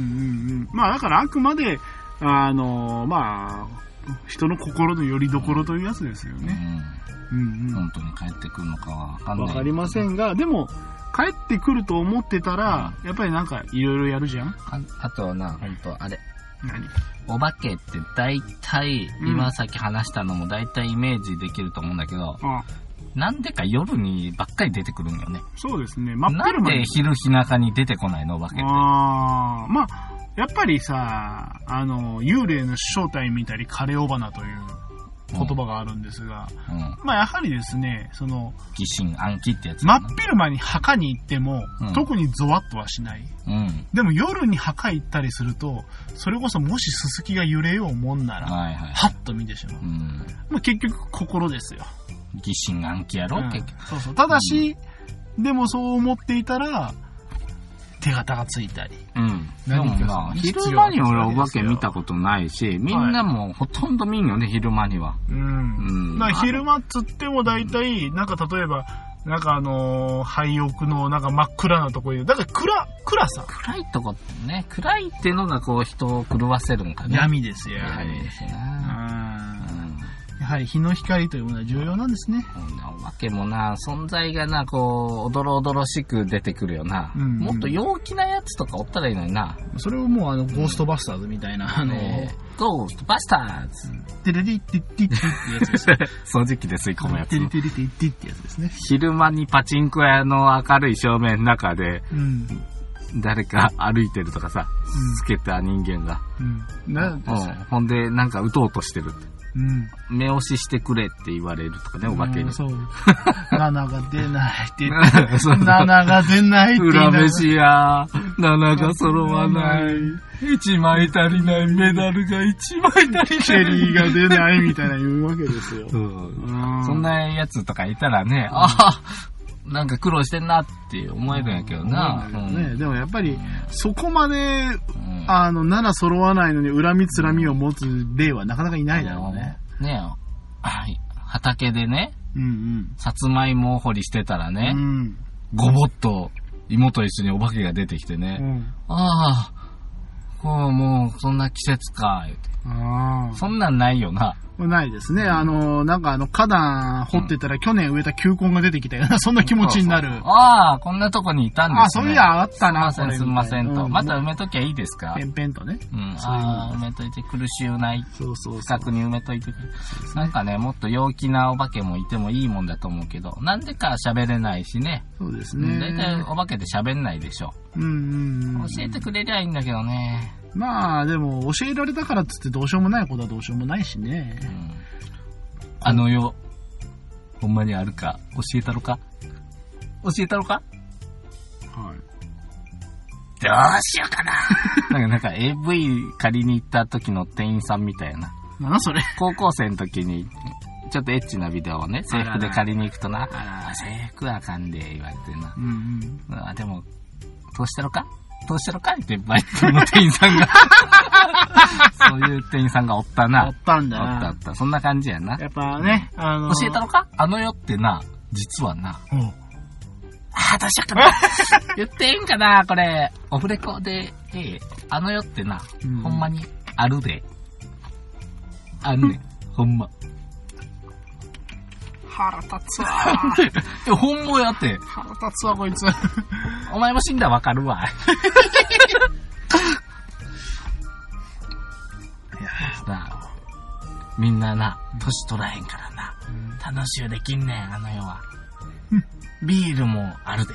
[SPEAKER 2] まあだからあくまで、あの、まあ、人の心の拠り所というやつですよね。
[SPEAKER 1] うんうんうん、本当に帰ってくるのかはわかんない。
[SPEAKER 2] わかりませんが、でも、帰ってくると思ってたら、うん、やっぱりなんかいろいろやるじゃん。
[SPEAKER 1] あ, あとはな、本当あれ。
[SPEAKER 2] 何？
[SPEAKER 1] お化けって大体、今さっき話したのも大体イメージできると思うんだけど、うん、なんでか夜にばっかり出てくるんよね。
[SPEAKER 2] そうですね。真っ
[SPEAKER 1] 昼間に。なんで昼日中に出てこないの、お化けって。
[SPEAKER 2] ああ、まあ、やっぱりさ、あの、幽霊の正体見たり、枯れ尾花という言葉があるんですが、うんうん、まあやはりですね、その、
[SPEAKER 1] 疑心暗鬼ってやつ、
[SPEAKER 2] 真っ昼間に墓に行っても、うん、特にゾワッとはしない、うん。でも夜に墓行ったりすると、それこそもしススキが揺れようもんなら、はいはい、ハッと見てしまう。うん、まあ、結局心ですよ。
[SPEAKER 1] 疑心暗鬼やろ、うん、結局。
[SPEAKER 2] そうそう。ただし、うん、でもそう思っていたら、手形がついたり。
[SPEAKER 1] うん。でもな、昼間に俺お化け見たことないし、みんなもほとんど見んよね、昼間には。うん。
[SPEAKER 2] うん。だから昼間っつっても大体、なんか例えば、なんかあのー、廃屋のなんか真っ暗なところに、だから暗、暗さ。
[SPEAKER 1] 暗いとこってね、暗いっていうのがこう人を狂わせるんかね。
[SPEAKER 2] 闇ですよ、やはり。闇ですね。やはり日の光というものは重要なんですね。
[SPEAKER 1] お化けもな、存在がな、こう、おどろおどろしく出てくるよな。うんうん、もっと陽気なやつとかおったらいいのにな。
[SPEAKER 2] それをもうあの、ゴーストバスターズみたいな、あの、
[SPEAKER 1] ね、ゴーストバスターズ
[SPEAKER 2] テレリッティッティッティってやつですね。
[SPEAKER 1] 掃除機で吸い込むやつ。
[SPEAKER 2] テレテレティッティってやつですね。
[SPEAKER 1] 昼間にパチンコ屋の明るい照明の中で、うん、誰か歩いてるとかさ、つけた人間が。うん。なんですか？ほんで、なんか撃とうとしてるって。うん、目押ししてくれって言われるとかね、お化けに。そう。
[SPEAKER 2] ナナが出ないって言って。ナナが出ないって言って。
[SPEAKER 1] 裏飯や、ナナが揃わない。一枚足りないメダルが一枚足りない。
[SPEAKER 2] シェリーが出ないみたいな言うわけですよ。
[SPEAKER 1] うん、そんなやつとかいたらね、ああ、なんか苦労してんなって思えるんやけどな。
[SPEAKER 2] うんうんね、でもやっぱり、そこまで、うん、あの、なな揃わないのに恨みつらみを持つ例はなかなかいないだろうね。
[SPEAKER 1] ねえ、畑でね、うんうん、さつまいも掘りしてたらね、うん、ごぼっと芋と一緒にお化けが出てきてね、うん、ああ、こうもうそんな季節か、言うて。あそんなんないよな。
[SPEAKER 2] ないですね。あの、なんかあの、花壇掘ってたら去年植えた球根が出てきたような、そんな気持ちになる。そうそう
[SPEAKER 1] ああ、こんなとこにいたんですね。あ、
[SPEAKER 2] そういや、あったな、
[SPEAKER 1] すみません、すみませんと。また埋めときゃいいですか？
[SPEAKER 2] ペンペンとね。
[SPEAKER 1] うん。ああ、埋めといて苦しゅうない。そうそうそう。近くに埋めといてくる。なんかね、もっと陽気なお化けもいてもいいもんだと思うけど、なんでか喋れないしね。
[SPEAKER 2] そうですね。
[SPEAKER 1] だいたいお化けで喋んないでしょ。うんうんうん。教えてくれりゃいいんだけどね。
[SPEAKER 2] まあ、でも、教えられたからっつってどうしようもないことはどうしようもないしね。うん、
[SPEAKER 1] あの世、ほんまにあるか、教えたろか教えたろかはい。どうしようかななんか、なんか エーブイ 借りに行った時の店員さんみたいな。
[SPEAKER 2] ななそれ
[SPEAKER 1] 高校生の時に、ちょっとエッチなビデオをね、制服で借りに行くとな、あ制服はあかんで、言われてな。うんうん、あでも、どうしたろかどうしたろかってバイトの店員さんが。そういう店員さんがおったな。
[SPEAKER 2] おったんだな。
[SPEAKER 1] おったおった。そんな感じやな。
[SPEAKER 2] やっぱね、あのー、
[SPEAKER 1] 教えたのかあの世ってな、実はな。うん。ああ、どうしようかな。言っていいんかなこれ。オフレコで、ええ、あの世ってな、うん、ほんまにあるで。あんねん。ほんま。
[SPEAKER 2] 腹立つわ
[SPEAKER 1] いや、本望やって。
[SPEAKER 2] 腹立つわ、こいつ。
[SPEAKER 1] お前も死んだらわかるわ。いやな、みんなな、年取らへんからな。うん、楽しゅうできんねん、あの世は。ビールもあるで。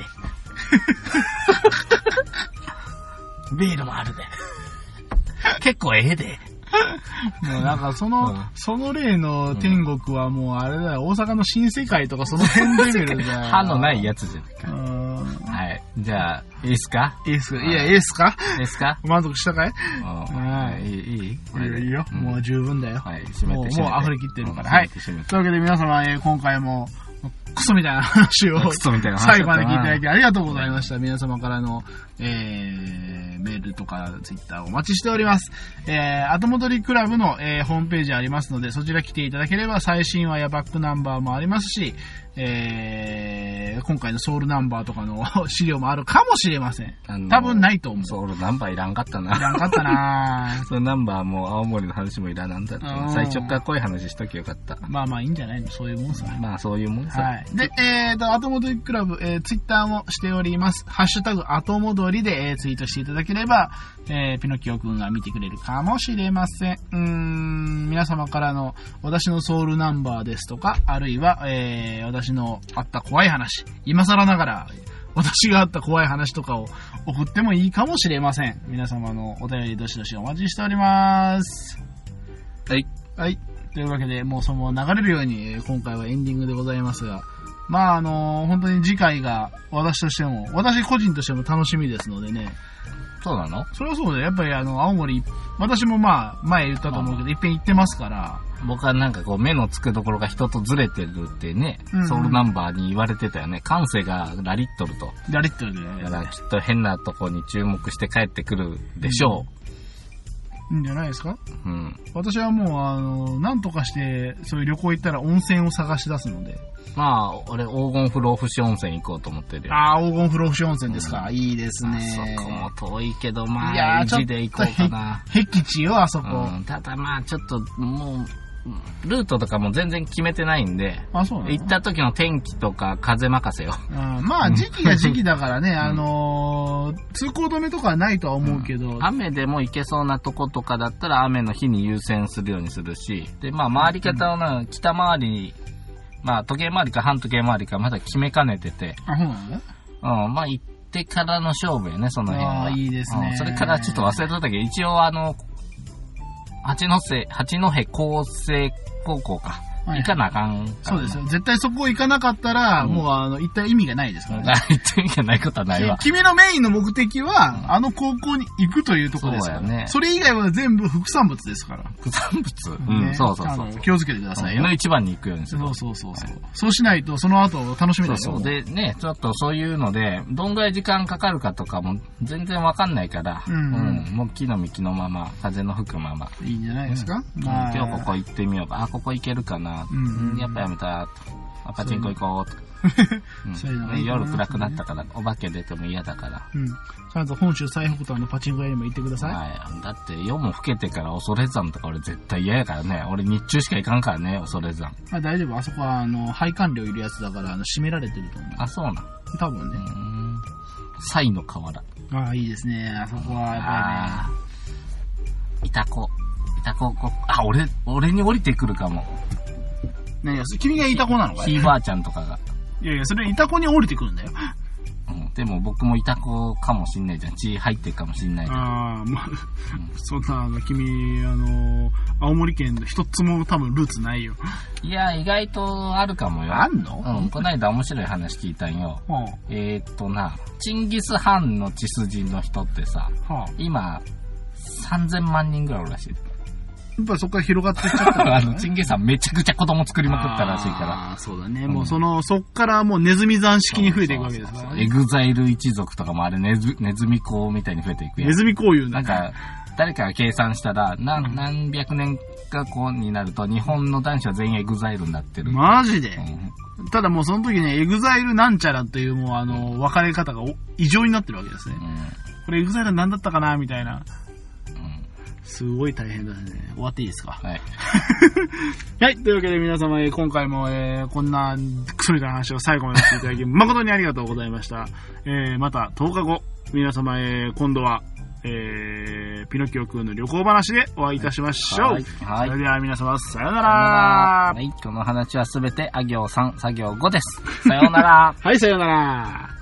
[SPEAKER 1] ビールもあるで。結構ええで。
[SPEAKER 2] もうなんかその、うん、その例の天国はもうあれだよ、大阪の新世界とかその辺レベルじゃん。
[SPEAKER 1] 歯のないやつじゃないか。はい。じゃあ、いいっすか？
[SPEAKER 2] いいっすか？いや、いいっすか？
[SPEAKER 1] いいっすか？
[SPEAKER 2] 満足したかい？
[SPEAKER 1] はい。いい？いい？
[SPEAKER 2] いいよ。もう十分だよ。
[SPEAKER 1] はい。閉めて。
[SPEAKER 2] もう溢れ切ってるから。はい。というわけで皆様、今回も、クソみたいな話を最後まで聞いていただきありがとうございました。皆様からの、えー、メールとかツイッターお待ちしております。えー、後戻りクラブの、えー、ホームページありますので、そちら来ていただければ最新話やバックナンバーもありますし、えー、今回のソウルナンバーとかの資料もあるかもしれません。多分ないと思う。
[SPEAKER 1] ソウルナンバーいらんかったな。
[SPEAKER 2] いらんかったな
[SPEAKER 1] そのナンバーも青森の話もいらなんだって。最初から濃い話しときゃよかった。
[SPEAKER 2] まあまあいいんじゃないの？そういうもんさ。
[SPEAKER 1] まあそういうもんさ。
[SPEAKER 2] はい。で、えーと、後戻りクラブ、えー、ツイッターもしております。ハッシュタグ後戻りで、えー、ツイートしていただければ、えー、ピノキオくんが見てくれるかもしれません。うーん、皆様からの私のソウルナンバーですとか、あるいは、えー、私のあった怖い話、今更ながら私があった怖い話とかを送ってもいいかもしれません。皆様のお便りどしどしお待ちしております。
[SPEAKER 1] はい。
[SPEAKER 2] はい。というわけで、もうその流れるように、今回はエンディングでございますが、まああのー、本当に次回が私としても、私個人としても楽しみですのでね。
[SPEAKER 1] そうなの？
[SPEAKER 2] それはそうだよ。やっぱりあの、青森、私もまあ、前言ったと思うけど、いっぺん行ってますから。
[SPEAKER 1] 僕はなんかこう、目の付けどころが人とずれてるってね、うんうん、ソウルナンバーに言われてたよね。感性がラリットルと。
[SPEAKER 2] ラリットルでね。
[SPEAKER 1] だからきっと変なとこに注目して帰ってくるでしょう。うん
[SPEAKER 2] いいんじゃないですか？
[SPEAKER 1] うん。
[SPEAKER 2] 私はもう、あの、なんとかして、そういう旅行行ったら温泉を探し出すので。
[SPEAKER 1] まあ、俺、黄金不老不死温泉行こうと思ってるよ。
[SPEAKER 2] ああ、黄金不老不死温泉ですか。うん、いいですね。
[SPEAKER 1] あそこも遠いけど、まあ、維持で行こうかな。
[SPEAKER 2] 僻地よ、あそこ、
[SPEAKER 1] うん。ただまあ、ちょっと、もう、ルートとかも全然決めてないんで、
[SPEAKER 2] あ、そうなの？
[SPEAKER 1] 行った時の天気とか風任せよ。
[SPEAKER 2] うん、まあ時期が時期だからね、あのー、通行止めとかはないとは思うけど、
[SPEAKER 1] うん、雨でも行けそうなとことかだったら雨の日に優先するようにするし、で、まあ回り方はな、北回りに、まあ時計回りか半時計回りかまだ決めかねてて、
[SPEAKER 2] あ、そうなのね。
[SPEAKER 1] うん、まあ行ってからの勝負よね、その辺は。
[SPEAKER 2] あ、いいですね、
[SPEAKER 1] うん。それからちょっと忘れとったけど、一応あの、八戸、八戸厚生高校か。行かなあかん。
[SPEAKER 2] そうですよ。絶対そこ行かなかったら、うん、もうあの、行った意味がないですからね。
[SPEAKER 1] 行った意味がないことはないわ。
[SPEAKER 2] 君のメインの目的は、うん、あの高校に行くというところですから。そうやね。それ以外は全部副産物ですから。
[SPEAKER 1] 副産物、ね、うん、そうそうそう。
[SPEAKER 2] 気をつけてくださいよ。
[SPEAKER 1] の一番に行くようにする。
[SPEAKER 2] そうそうそうそう、はい。そうしないと、その後楽しみですよ。
[SPEAKER 1] そうそう。でね、ちょっとそういうので、どんぐらい時間かかるかとかも全然わかんないから、うん、うん、もう木の幹のまま、風の吹くまま。
[SPEAKER 2] いいんじゃないですか、
[SPEAKER 1] うん、まあ、今日ここ行ってみようか。あ、ここ行けるかな。うんうん、やっぱやめたと。パチンコ行こうとか。そういうのがいい、夜暗くなったから、お化け出ても嫌だから。
[SPEAKER 2] うん。ちゃんと本州最北端のパチンコ屋にも行ってください。
[SPEAKER 1] はい。だって夜も更けてから恐山とか俺絶対嫌やからね。俺日中しか行かんからね、恐山。
[SPEAKER 2] あ、大丈夫。あそこはあの、配管料いるやつだから、あの、閉められてると思う。
[SPEAKER 1] あ、そうなん。
[SPEAKER 2] 多分ね。
[SPEAKER 1] うん。サイの河原。
[SPEAKER 2] ああ、いいですね。あそこはやっぱ
[SPEAKER 1] りね。いたこ。いたこ、こ、あ、俺、俺に降りてくるかも。
[SPEAKER 2] 何や、君がイタコなのかい？
[SPEAKER 1] ひいばあちゃんとかが。
[SPEAKER 2] いやいや、それイタコに降りてくるんだよ。
[SPEAKER 1] うん、でも僕もイタコかもしんないじゃん。血入ってるかもしんないじゃん。
[SPEAKER 2] ああ、まあ、うん、そんな、あの、君、あの、青森県で一つも多分ルーツないよ。
[SPEAKER 1] いや、意外とあるかもよ。
[SPEAKER 2] あんの？
[SPEAKER 1] うん、こないだ面白い話聞いたんよ。はあ、えーっとな、チンギス・ハンの血筋の人ってさ、はあ、今、さんぜんまんにんぐらいおるらしい。
[SPEAKER 2] やっぱそこから広がっていっちゃった、ね。
[SPEAKER 1] あの、チンゲさんめちゃくちゃ子供作りまくったらしいから。
[SPEAKER 2] ああ、そうだね。うん、もうその、そっからもうネズミ山式に増えていくわけですからね。
[SPEAKER 1] エグザイル一族とかもあれネズ、ネズミ講みたいに増えていくやん。
[SPEAKER 2] ネズミ講言う
[SPEAKER 1] なんか、誰かが計算したら、な、うん、何百年か後になると、日本の男子は全員エグザイルになってる。
[SPEAKER 2] マジで、うん、ただもうその時ね、エグザイルなんちゃらっていうもうあの、分かれ方が異常になってるわけですね。うん、これエグザイルなんだったかなみたいな。 すごい大変だね。終わっていいですか？
[SPEAKER 1] はい。
[SPEAKER 2] はい。というわけで皆様、えー、今回も、えー、こんなクソみたいな話を最後までしていただき、誠にありがとうございました。えー、またとおかご、皆様、えー、今度は、えー、ピノキオくんの旅行話でお会いいたしましょう。はい。はい、それでは皆様、さようなら。
[SPEAKER 1] はい。今日の話はすべて、あ行さん、作業ごです。さようなら。
[SPEAKER 2] はい、さようなら。